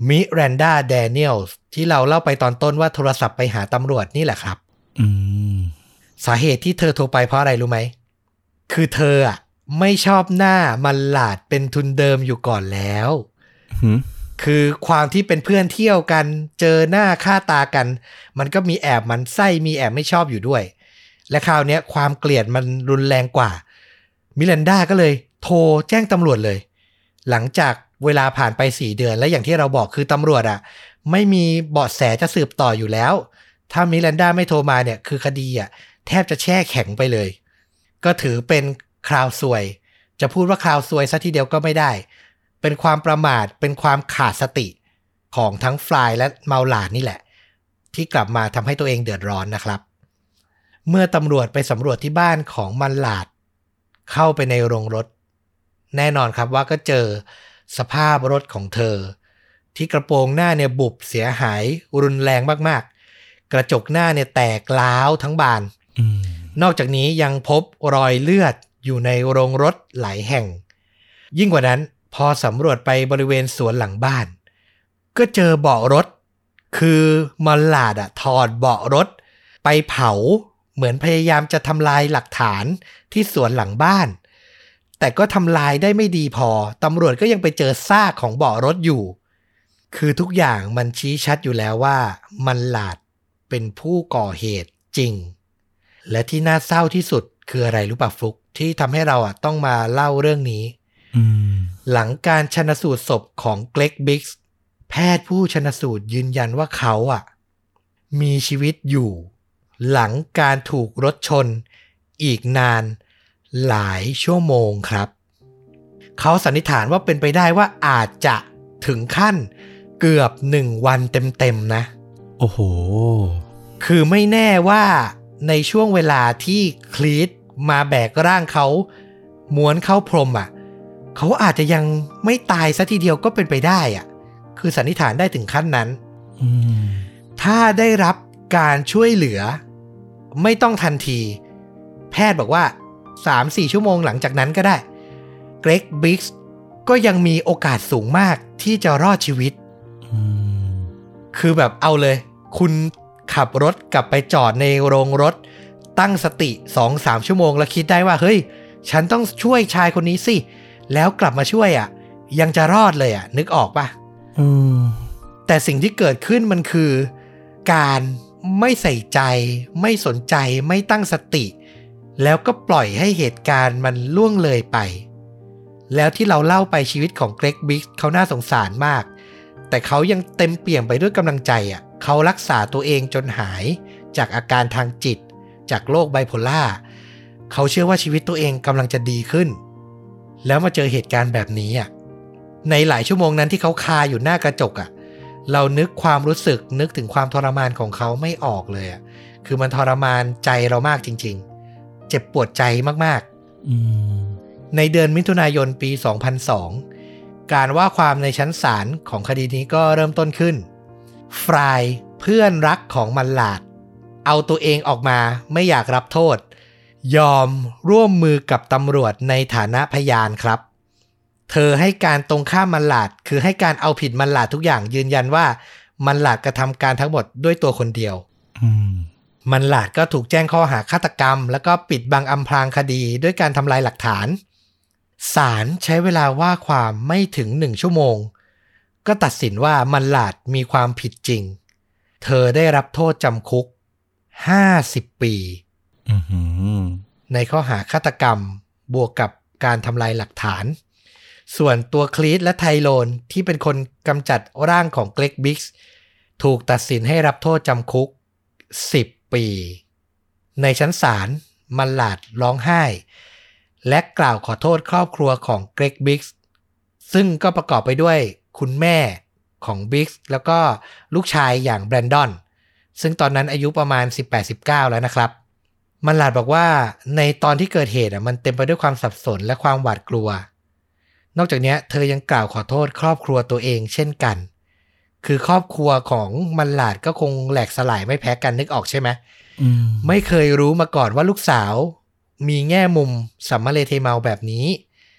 มิแรนดาแดเนียลส์ที่เราเล่าไปตอนต้นว่าโทรศัพท์ไปหาตำรวจนี่แหละครับอืมสาเหตุที่เธอโทรไปเพราะอะไรรู้ไหมคือเธออ่ะไม่ชอบหน้ามันหลาดเป็นทุนเดิมอยู่ก่อนแล้วคือความที่เป็นเพื่อนเที่ยวกันเจอหน้าค่าตากันมันก็มีแอบมันไส้มีแอบไม่ชอบอยู่ด้วยและคราวนี้ความเกลียดมันรุนแรงกว่ามิรันดาก็เลยโทรแจ้งตำรวจเลยหลังจากเวลาผ่านไปสี่เดือนและอย่างที่เราบอกคือตำรวจอ่ะไม่มีเบาะแสจะสืบต่ออยู่แล้วถ้ามิรันดาไม่โทรมาเนี่ยคือคดีอ่ะแทบจะแช่แข็งไปเลยก็ถือเป็นคราวซวยจะพูดว่าคราวซวยซะทีเดียวก็ไม่ได้เป็นความประมาทเป็นความขาดสติของทั้งฟลายและเมาหลาดนี่แหละที่กลับมาทำให้ตัวเองเดือดร้อนนะครับเมื่อตำรวจไปสำรวจที่บ้านของมันหลาดเข้าไปในโรงรถแน่นอนครับว่าก็เจอสภาพรถของเธอที่กระโปรงหน้าเนี่ยบุบเสียหายรุนแรงมากๆกระจกหน้าเนี่ยแตกร้าวทั้งบานนอกจากนี้ยังพบรอยเลือดอยู่ในโรงรถหลายแห่งยิ่งกว่านั้นพอสำรวจไปบริเวณสวนหลังบ้านก็เจอเบาะรถคือมันหลาดอะถอดเบาะรถไปเผาเหมือนพยายามจะทำลายหลักฐานที่สวนหลังบ้านแต่ก็ทำลายได้ไม่ดีพอตำรวจก็ยังไปเจอซากของเบาะรถอยู่คือทุกอย่างมันชี้ชัดอยู่แล้วว่ามันหลาดเป็นผู้ก่อเหตุจริงและที่น่าเศร้าที่สุดคืออะไรรู้ป่ะฟลุกที่ทำให้เราอ่ะต้องมาเล่าเรื่องนี้หลังการชันสูตรศพของเกรกบิ๊กส์แพทย์ผู้ชันสูตรยืนยันว่าเขาอ่ะมีชีวิตอยู่หลังการถูกรถชนอีกนานหลายชั่วโมงครับเขาสันนิษฐานว่าเป็นไปได้ว่าอาจจะถึงขั้นเกือบหนึ่งวันเต็มๆนะโอ้โหคือไม่แน่ว่าในช่วงเวลาที่คลีตมาแบกร่างเขาม้วนเข้าพรมอ่ะเขาอาจจะยังไม่ตายซะทีเดียวก็เป็นไปได้อ่ะคือสันนิษฐานได้ถึงขั้นนั้นถ้าได้รับการช่วยเหลือไม่ต้องทันทีแพทย์บอกว่า สามถึงสี่ ชั่วโมงหลังจากนั้นก็ได้เกรกบิ๊กส์ก็ยังมีโอกาสสูงมากที่จะรอดชีวิตคือแบบเอาเลยคุณขับรถกลับไปจอดในโรงรถตั้งสติ สองถึงสาม ชั่วโมงแล้วคิดได้ว่าเฮ้ยฉันต้องช่วยชายคนนี้สิแล้วกลับมาช่วยอ่ะยังจะรอดเลยอ่ะนึกออกป่ะอืมแต่สิ่งที่เกิดขึ้นมันคือการไม่ใส่ใจไม่สนใจไม่ตั้งสติแล้วก็ปล่อยให้เหตุการณ์มันล่วงเลยไปแล้วที่เราเล่าไปชีวิตของเกรกบิ๊กส์เขาน่าสงสารมากแต่เขายังเต็มเปี่ยมไปด้วยกำลังใจอ่ะเขารักษาตัวเองจนหายจากอาการทางจิตจากโรคไบโพล่าเขาเชื่อว่าชีวิตตัวเองกำลังจะดีขึ้นแล้วมาเจอเหตุการณ์แบบนี้อ่ะในหลายชั่วโมงนั้นที่เขาคาอยู่หน้ากระจกอ่ะเรานึกความรู้สึกนึกถึงความทรมานของเขาไม่ออกเลยอ่ะคือมันทรมานใจเรามากจริงๆเจ็บปวดใจมากๆในเดือนมิถุนายนปีสองพันสองการว่าความในชั้นศาลของคดีนี้ก็เริ่มต้นขึ้นฟรายเพื่อนรักของมันหลาดเอาตัวเองออกมาไม่อยากรับโทษยอมร่วมมือกับตำรวจในฐานะพยานครับเธอให้การตรงข้ามมันหลาดคือให้การเอาผิดมันหลาดทุกอย่างยืนยันว่ามันหลาดกระทำการทั้งหมดด้วยตัวคนเดียวมันหลาดก็ถูกแจ้งข้อหาฆาตกรรมแล้วก็ปิดบังอำพรางคดีด้วยการทำลายหลักฐานศาลใช้เวลาว่าความไม่ถึงหนึ่งชั่วโมงก็ตัดสินว่ามันหลาดมีความผิดจริงเธอได้รับโทษจำคุกห้าสิบปีในข้อหาฆาตกรรมบวกกับการทำลายหลักฐานส่วนตัวคลีตและไทโรนที่เป็นคนกำจัดร่างของเกรกบิ๊กส์ถูกตัดสินให้รับโทษจำคุกสิบปีในชั้นศาลมันหลาดร้องไห้และกล่าวขอโทษครอบครัวของเกรกบิ๊กส์ซึ่งก็ประกอบไปด้วยคุณแม่ของบิ๊กส์แล้วก็ลูกชายอย่างแบรนดอนซึ่งตอนนั้นอายุประมาณ สิบแปดสิบเก้า แล้วนะครับมันหลาดบอกว่าในตอนที่เกิดเหตุอ่ะมันเต็มไปด้วยความสับสนและความหวาดกลัวนอกจากนี้เธอยังกล่าวขอโทษครอบครัวตัวเองเช่นกันคือครอบครัวของมันหลาดก็คงแหลกสลายไม่แพ้กันนึกออกใช่ไหมไม่เคยรู้มาก่อนว่าลูกสาวมีแง่มุมสัมมาเลเทเมาแบบนี้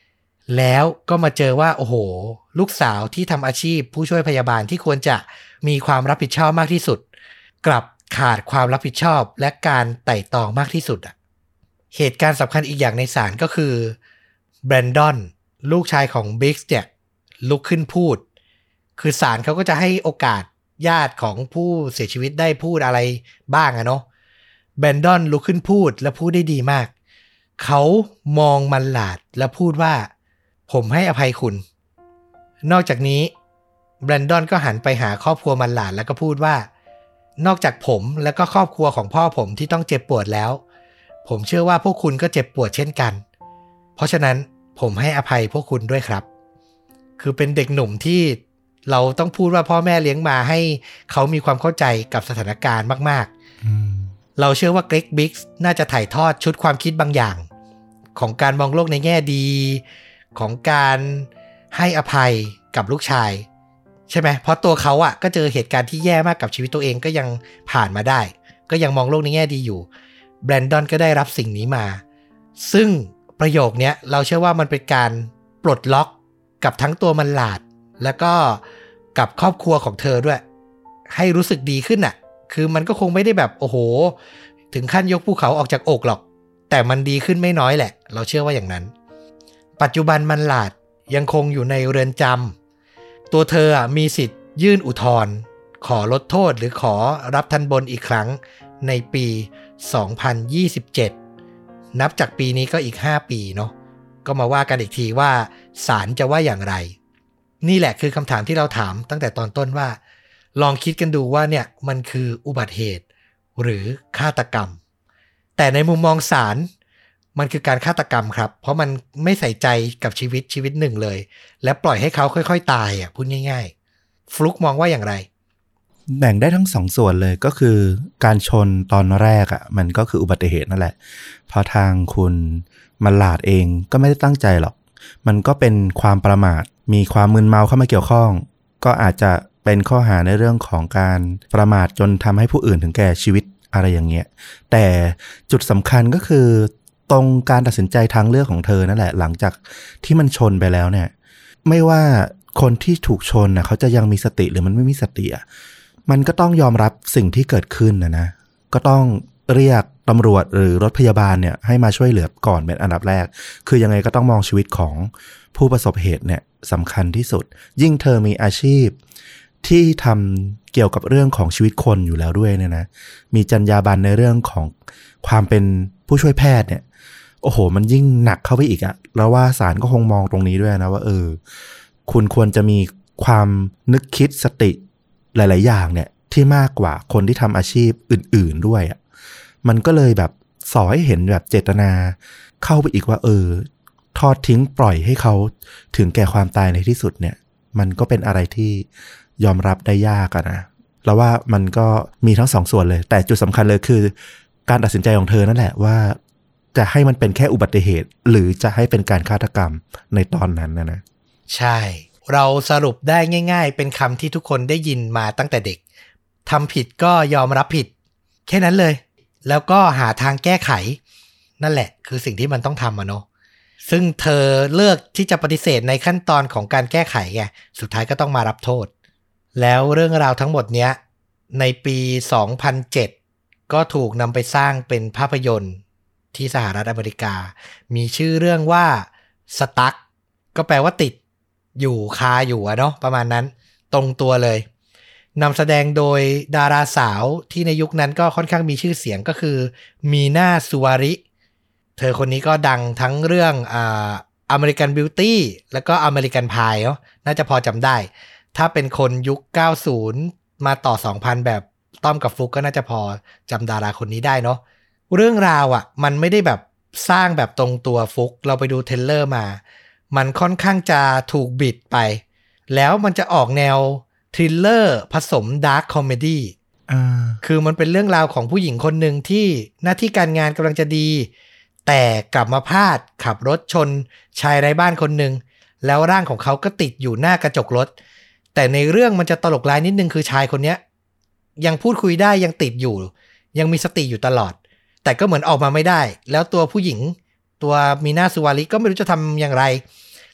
แล้วก็มาเจอว่าโอ้โหลูกสาวที่ทำอาชีพผู้ช่วยพยาบาลที่ควรจะมีความรับผิดชอบมากที่สุดกลับขาดความรับผิดชอบและการไต่ตองมากที่สุดอ่ะเหตุการณ์สำคัญอีกอย่างในศาลก็คือแบรนดอนลูกชายของบิ๊กส์เนี่ยลุกขึ้นพูดคือศาลเขาก็จะให้โอกาสญาติของผู้เสียชีวิตได้พูดอะไรบ้างอะเนาะแบรนดอนลุกขึ้นพูดและพูดได้ดีมากเขามองมันหลาดและพูดว่าผมให้อภัยคุณนอกจากนี้แบรนดอนก็หันไปหาครอบครัวมันหลาดแล้วก็พูดว่านอกจากผมและก็ครอบครัวของพ่อผมที่ต้องเจ็บปวดแล้วผมเชื่อว่าพวกคุณก็เจ็บปวดเช่นกันเพราะฉะนั้นผมให้อภัยพวกคุณด้วยครับคือเป็นเด็กหนุ่มที่เราต้องพูดว่าพ่อแม่เลี้ยงมาให้เขามีความเข้าใจกับสถานการณ์มากๆเราเชื่อว่าเกรกบิ๊กส์น่าจะถ่ายทอดชุดความคิดบางอย่างของการมองโลกในแง่ดีของการให้อภัยกับลูกชายใช่ไหมเพราะตัวเขาอ่ะก็เจอเหตุการณ์ที่แย่มากกับชีวิตตัวเองก็ยังผ่านมาได้ก็ยังมองโลกในแง่ดีอยู่แบรนดอนก็ได้รับสิ่งนี้มาซึ่งประโยคนี้เราเชื่อว่ามันเป็นการปลดล็อกกับทั้งตัวมันหลาดแล้วก็กับครอบครัวของเธอด้วยให้รู้สึกดีขึ้นน่ะคือมันก็คงไม่ได้แบบโอ้โหถึงขั้นยกภูเขาออกจากอกหรอกแต่มันดีขึ้นไม่น้อยแหละเราเชื่อว่าอย่างนั้นปัจจุบันมันหลาดยังคงอยู่ในเรือนจำตัวเธอมีสิทธิ์ยื่นอุทธรณ์ขอลดโทษหรือขอรับทันบนอีกครั้งในปีสองพันยี่สิบเจ็ดนับจากปีนี้ก็อีกห้าปีเนาะก็มาว่ากันอีกทีว่าศาลจะว่าอย่างไรนี่แหละคือคำถามที่เราถามตั้งแต่ตอนต้นว่าลองคิดกันดูว่าเนี่ยมันคืออุบัติเหตุหรือฆาตกรรมแต่ในมุมมองศาลมันคือการฆาตกรรมครับเพราะมันไม่ใส่ใจกับชีวิตชีวิตหนึ่งเลยและปล่อยให้เขาค่อยๆตายอ่ะพูดง่ายๆฟลุกมองว่าอย่างไรแบ่งได้ทั้งสองส่วนเลยก็คือการชนตอนแรกอ่ะมันก็คืออุบัติเหตุนั่นแหละเพราะทางคุณมันหลาดเองก็ไม่ได้ตั้งใจหรอกมันก็เป็นความประมาทมีความมึนเมาเข้ามาเกี่ยวข้องก็อาจจะเป็นข้อหาในเรื่องของการประมาทจนทำให้ผู้อื่นถึงแก่ชีวิตอะไรอย่างเงี้ยแต่จุดสำคัญก็คือตรงการตัดสินใจทางเลือกของเธอนั่นแหละหลังจากที่มันชนไปแล้วเนี่ยไม่ว่าคนที่ถูกชนนะเขาจะยังมีสติหรือมันไม่มีสติอ่ะมันก็ต้องยอมรับสิ่งที่เกิดขึ้นนะนะก็ต้องเรียกตำรวจหรือรถพยาบาลเนี่ยให้มาช่วยเหลือก่อนเป็นอันดับแรกคือยังไงก็ต้องมองชีวิตของผู้ประสบเหตุเนี่ยสำคัญที่สุดยิ่งเธอมีอาชีพที่ทำเกี่ยวกับเรื่องของชีวิตคนอยู่แล้วด้วยเนี่ยนะมีจรรยาบรรณในเรื่องของความเป็นผู้ช่วยแพทย์เนี่ยโอ้โหมันยิ่งหนักเข้าไปอีกอะแล้วว่าศาลก็คงมองตรงนี้ด้วยนะว่าเออคุณควรจะมีความนึกคิดสติหลายๆอย่างเนี่ยที่มากกว่าคนที่ทำอาชีพอื่นๆด้วยอะมันก็เลยแบบสอให้เห็นแบบเจตนาเข้าไปอีกว่าเออทอดทิ้งปล่อยให้เขาถึงแก่ความตายในที่สุดเนี่ยมันก็เป็นอะไรที่ยอมรับได้ยากอะนะแล้วว่ามันก็มีทั้งสองส่วนเลยแต่จุดสำคัญเลยคือการตัดสินใจของเธอนั่นแหละว่าจะให้มันเป็นแค่อุบัติเหตุหรือจะให้เป็นการฆาตกรรมในตอนนั้นนะนะใช่เราสรุปได้ง่ายๆเป็นคำที่ทุกคนได้ยินมาตั้งแต่เด็กทำผิดก็ยอมรับผิดแค่นั้นเลยแล้วก็หาทางแก้ไขนั่นแหละคือสิ่งที่มันต้องทำอะเนาะซึ่งเธอเลือกที่จะปฏิเสธในขั้นตอนของการแก้ไขไงสุดท้ายก็ต้องมารับโทษแล้วเรื่องราวทั้งหมดเนี้ยในปีสองพันเจ็ดก็ถูกนำไปสร้างเป็นภาพยนตร์ที่สหรัฐอเมริกามีชื่อเรื่องว่า Stuck ก็แปลว่าติดอยู่คาอยู่อะเนาะประมาณนั้นตรงตัวเลยนำแสดงโดยดาราสาวที่ในยุคนั้นก็ค่อนข้างมีชื่อเสียงก็คือมีน่าซูวาริเธอคนนี้ก็ดังทั้งเรื่องอ่า American Beauty แล้วก็ American Pie เนาะน่าจะพอจำได้ถ้าเป็นคนยุคเก้าสิบมาต่อสองพันแบบต้อมกับฟลุกก็น่าจะพอจำดาราคนนี้ได้เนาะเรื่องราวอ่ะมันไม่ได้แบบสร้างแบบตรงตัวฟลุกเราไปดูเทรลเลอร์มามันค่อนข้างจะถูกบิดไปแล้วมันจะออกแนวทริลเลอร์ผสมดาร์คคอมเมดี้คือมันเป็นเรื่องราวของผู้หญิงคนหนึ่งที่หน้าที่การงานกำลังจะดีแต่กลับมาพลาดขับรถชนชายไร้บ้านคนหนึ่งแล้วร่างของเขาก็ติดอยู่หน้ากระจกรถแต่ในเรื่องมันจะตลกร้ายนิดนึงคือชายคนนี้ยังพูดคุยได้ยังติดอยู่ยังมีสติอยู่ตลอดแต่ก็เหมือนออกมาไม่ได้แล้วตัวผู้หญิงตัวมีน่าสุวาริก็ไม่รู้จะทำอย่างไร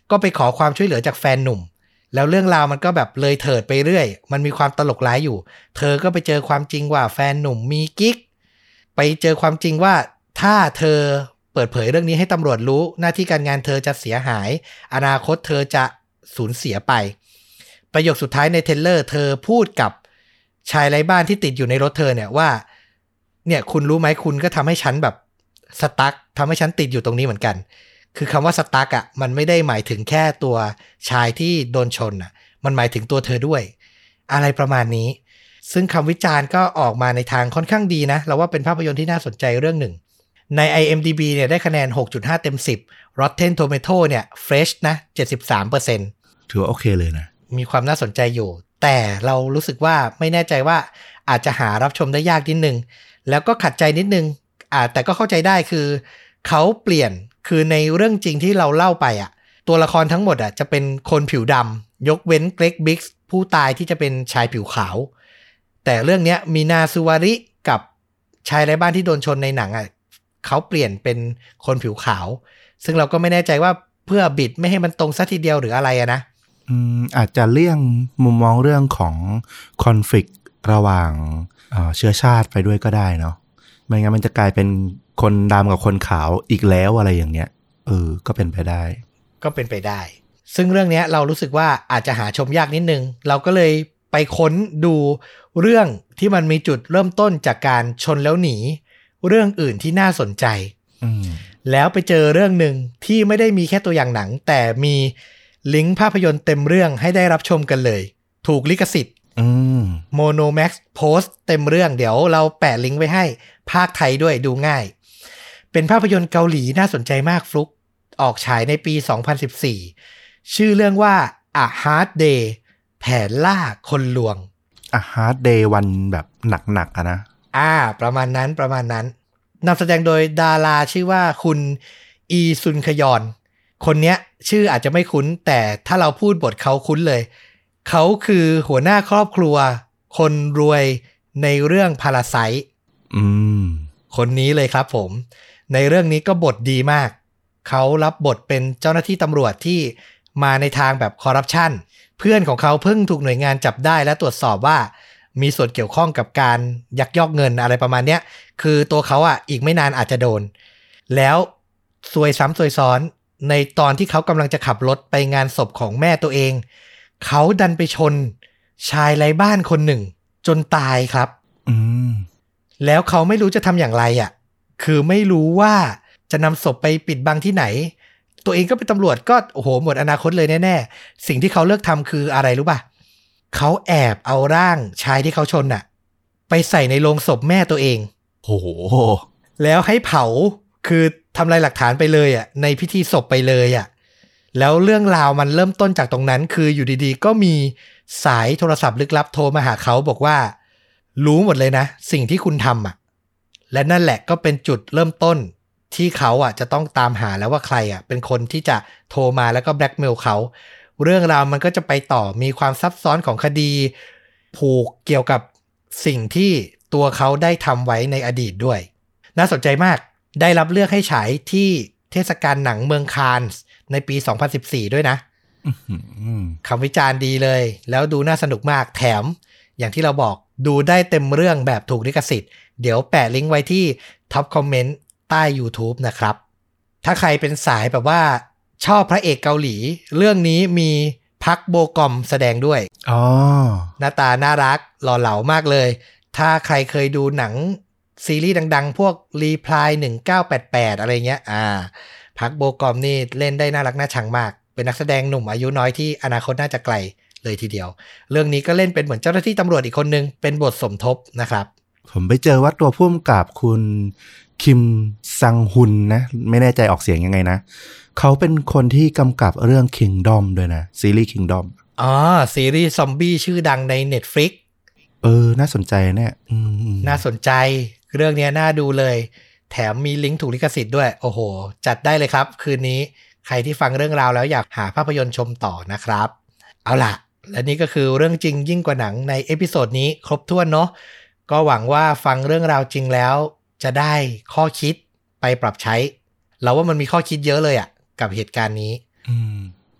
ก็ไปขอความช่วยเหลือจากแฟนหนุ่มแล้วเรื่องราวมันก็แบบเลยเถิดไปเรื่อยมันมีความตลกร้ายอยู่เธอก็ไปเจอความจริงว่าแฟนหนุ่มมีกิ๊กไปเจอความจริงว่าถ้าเธอเปิดเผยเรื่องนี้ให้ตำรวจรู้หน้าที่การงานเธอจะเสียหายอนาคตเธอจะสูญเสียไปประโยคสุดท้ายในเทรลเลอร์เธอพูดกับชายไร้บ้านที่ติดอยู่ในรถเธอเนี่ยว่าเนี่ยคุณรู้ไหมคุณก็ทำให้ฉันแบบสตั๊กทำให้ฉันติดอยู่ตรงนี้เหมือนกันคือคำว่าสตั๊กอ่ะมันไม่ได้หมายถึงแค่ตัวชายที่โดนชนอ่ะมันหมายถึงตัวเธอด้วยอะไรประมาณนี้ซึ่งคำวิจารณ์ก็ออกมาในทางค่อนข้างดีนะเราว่าเป็นภาพยนตร์ที่น่าสนใจเรื่องหนึ่งใน ไอ เอ็ม ดี บี เนี่ยได้คะแนน หกจุดห้า เต็มสิบ Rotten Tomato เนี่ย Fresh นะ เจ็ดสิบสามเปอร์เซ็นต์ถือว่าโอเคเลยนะมีความน่าสนใจอยู่แต่เรารู้สึกว่าไม่แน่ใจว่าอาจจะหารับชมได้ยากนิดนึงแล้วก็ขัดใจนิดนึงอ่าแต่ก็เข้าใจได้คือเขาเปลี่ยนคือในเรื่องจริงที่เราเล่าไปอ่ะตัวละครทั้งหมดอ่ะจะเป็นคนผิวดำยกเว้นเกรกบิ๊กส์ผู้ตายที่จะเป็นชายผิวขาวแต่เรื่องนี้มีนาซูวาริกับชายไร้บ้านที่โดนชนในหนังอ่ะเขาเปลี่ยนเป็นคนผิวขาวซึ่งเราก็ไม่แน่ใจว่าเพื่อบิดไม่ให้มันตรงซะทีเดียวหรืออะไรอะนะอืมอาจจะเลี่ยงมุมมองเรื่องของคอนฟลิกต์ระหว่างเอ่อเชื้อชาติไปด้วยก็ได้เนาะไม่งั้นมันจะกลายเป็นคนดำกับคนขาวอีกแล้วอะไรอย่างเงี้ยเออก็เป็นไปได้ก็เป็นไปได้ซึ่งเรื่องนี้เรารู้สึกว่าอาจจะหาชมยากนิดนึงเราก็เลยไปค้นดูเรื่องที่มันมีจุดเริ่มต้นจากการชนแล้วหนีเรื่องอื่นที่น่าสนใจแล้วไปเจอเรื่องหนึ่งที่ไม่ได้มีแค่ตัวอย่างหนังแต่มีลิงก์ภาพยนตร์เต็มเรื่องให้ได้รับชมกันเลยถูกลิขสิทธิ์โมโนแม็กซ์โพสต์เต็มเรื่องเดี๋ยวเราแปะลิงก์ไว้ให้ภาคไทยด้วยดูง่ายเป็นภาพยนตร์เกาหลีน่าสนใจมากฟลุกออกฉายในปีสองพันสิบสี่ชื่อเรื่องว่า A Hard Day แผนล่าคนลวง A Hard Day วันแบบหนักๆอะนะอ่าประมาณนั้นประมาณนั้นนำแสดงโดยดาราชื่อว่าคุณอีซุนคยอนคนเนี้ยชื่ออาจจะไม่คุ้นแต่ถ้าเราพูดบทเขาคุ้นเลยเขาคือหัวหน้าครอบครัวคนรวยในเรื่อง Parasite อืมคนนี้เลยครับผมในเรื่องนี้ก็บทดีมากเขารับบทเป็นเจ้าหน้าที่ตำรวจที่มาในทางแบบคอร์รัปชันเพื่อนของเขาเพิ่งถูกหน่วยงานจับได้และตรวจสอบว่ามีส่วนเกี่ยวข้องกับการยักยอกเงินอะไรประมาณเนี้ยคือตัวเขาอ่ะอีกไม่นานอาจจะโดนแล้วซวยซ้ำซวยซ้อนในตอนที่เขากำลังจะขับรถไปงานศพของแม่ตัวเองเขาดันไปชนชายไร้บ้านคนหนึ่งจนตายครับอืมแล้วเขาไม่รู้จะทำอย่างไรอ่ะคือไม่รู้ว่าจะนำศพไปปิดบังที่ไหนตัวเองก็เป็นตำรวจก็โอ้โหหมดอนาคตเลยแน่ๆสิ่งที่เขาเลือกทำคืออะไรรู้ป่ะเขาแอบเอาร่างชายที่เขาชนน่ะไปใส่ในโลงศพแม่ตัวเองโอ้โหแล้วให้เผาคือทำลายหลักฐานไปเลยอ่ะในพิธีศพไปเลยอ่ะแล้วเรื่องราวมันเริ่มต้นจากตรงนั้นคืออยู่ดีๆก็มีสายโทรศัพท์ลึกลับโทรมาหาเขาบอกว่ารู้หมดเลยนะสิ่งที่คุณทำอ่ะและนั่นแหละก็เป็นจุดเริ่มต้นที่เขาอ่ะจะต้องตามหาแล้วว่าใครอ่ะเป็นคนที่จะโทรมาแล้วก็แบล็กเมลเขาเรื่องราวมันก็จะไปต่อมีความซับซ้อนของคดีผูกเกี่ยวกับสิ่งที่ตัวเขาได้ทำไว้ในอดีตด้วยน่าสนใจมากได้รับเลือกให้ฉายที่เทศกาลหนังเมืองคานส์ในปีสองพันสิบสี่ด้วยนะคำวิจารณ์ดีเลยแล้วดูน่าสนุกมากแถมอย่างที่เราบอกดูได้เต็มเรื่องแบบถูกลิขสิทธิ์เดี๋ยวแปะลิงก์ไว้ที่ท็อปคอมเมนต์ใต้ YouTube นะครับถ้าใครเป็นสายแบบว่าชอบพระเอกเกาหลีเรื่องนี้มีพักโบกอมแสดงด้วยอ๋อหน้าตาน่ารักหล่อเหลามากเลยถ้าใครเคยดูหนังซีรีส์ดังๆพวก Reply หนึ่งเก้าแปดแปดอะไรเงี้ยอ่าพักโบกอมนี่เล่นได้น่ารักน่าชังมากเป็นนักแสดงหนุ่มอายุน้อยที่อนาคตน่าจะไกลเลยทีเดียวเรื่องนี้ก็เล่นเป็นเหมือนเจ้าหน้าที่ตำรวจอีกคนนึงเป็นบทสมทบนะครับผมไปเจอว่าตัวผู้กำกับคุณคิมซังฮุนนะไม่แน่ใจออกเสียงยังไงนะเขาเป็นคนที่กำกับเรื่อง Kingdom ด้วยนะซีรีส์ Kingdom อ๋อซีรีส์ซอมบี้ชื่อดังใน Netflix เออน่าสนใจเนี่ยน่าสนใจเรื่องนี้น่าดูเลยแถมมีลิงก์ถูกลิขสิทธิ์ด้วยโอ้โหจัดได้เลยครับคืนนี้ใครที่ฟังเรื่องราวแล้วอยากหาภาพยนตร์ชมต่อนะครับเอาล่ะและนี่ก็คือเรื่องจริงยิ่งกว่าหนังในเอพิโซดนี้ครบถ้วนเนาะก็หวังว่าฟังเรื่องราวจริงแล้วจะได้ข้อคิดไปปรับใช้เราว่ามันมีข้อคิดเยอะเลยอะกับเหตุการณ์นี้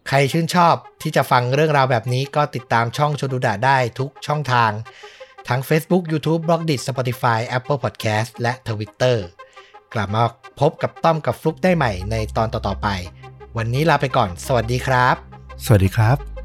ใครชื่นชอบที่จะฟังเรื่องราวแบบนี้ก็ติดตามช่องชวนดูดะได้ทุกช่องทางทั้ง Facebook YouTube Blogdit Spotify Apple Podcast และ Twitter กลับมาพบกับต้อมกับฟลุกได้ใหม่ในตอนต่อๆไปวันนี้ลาไปก่อนสวัสดีครับสวัสดีครับ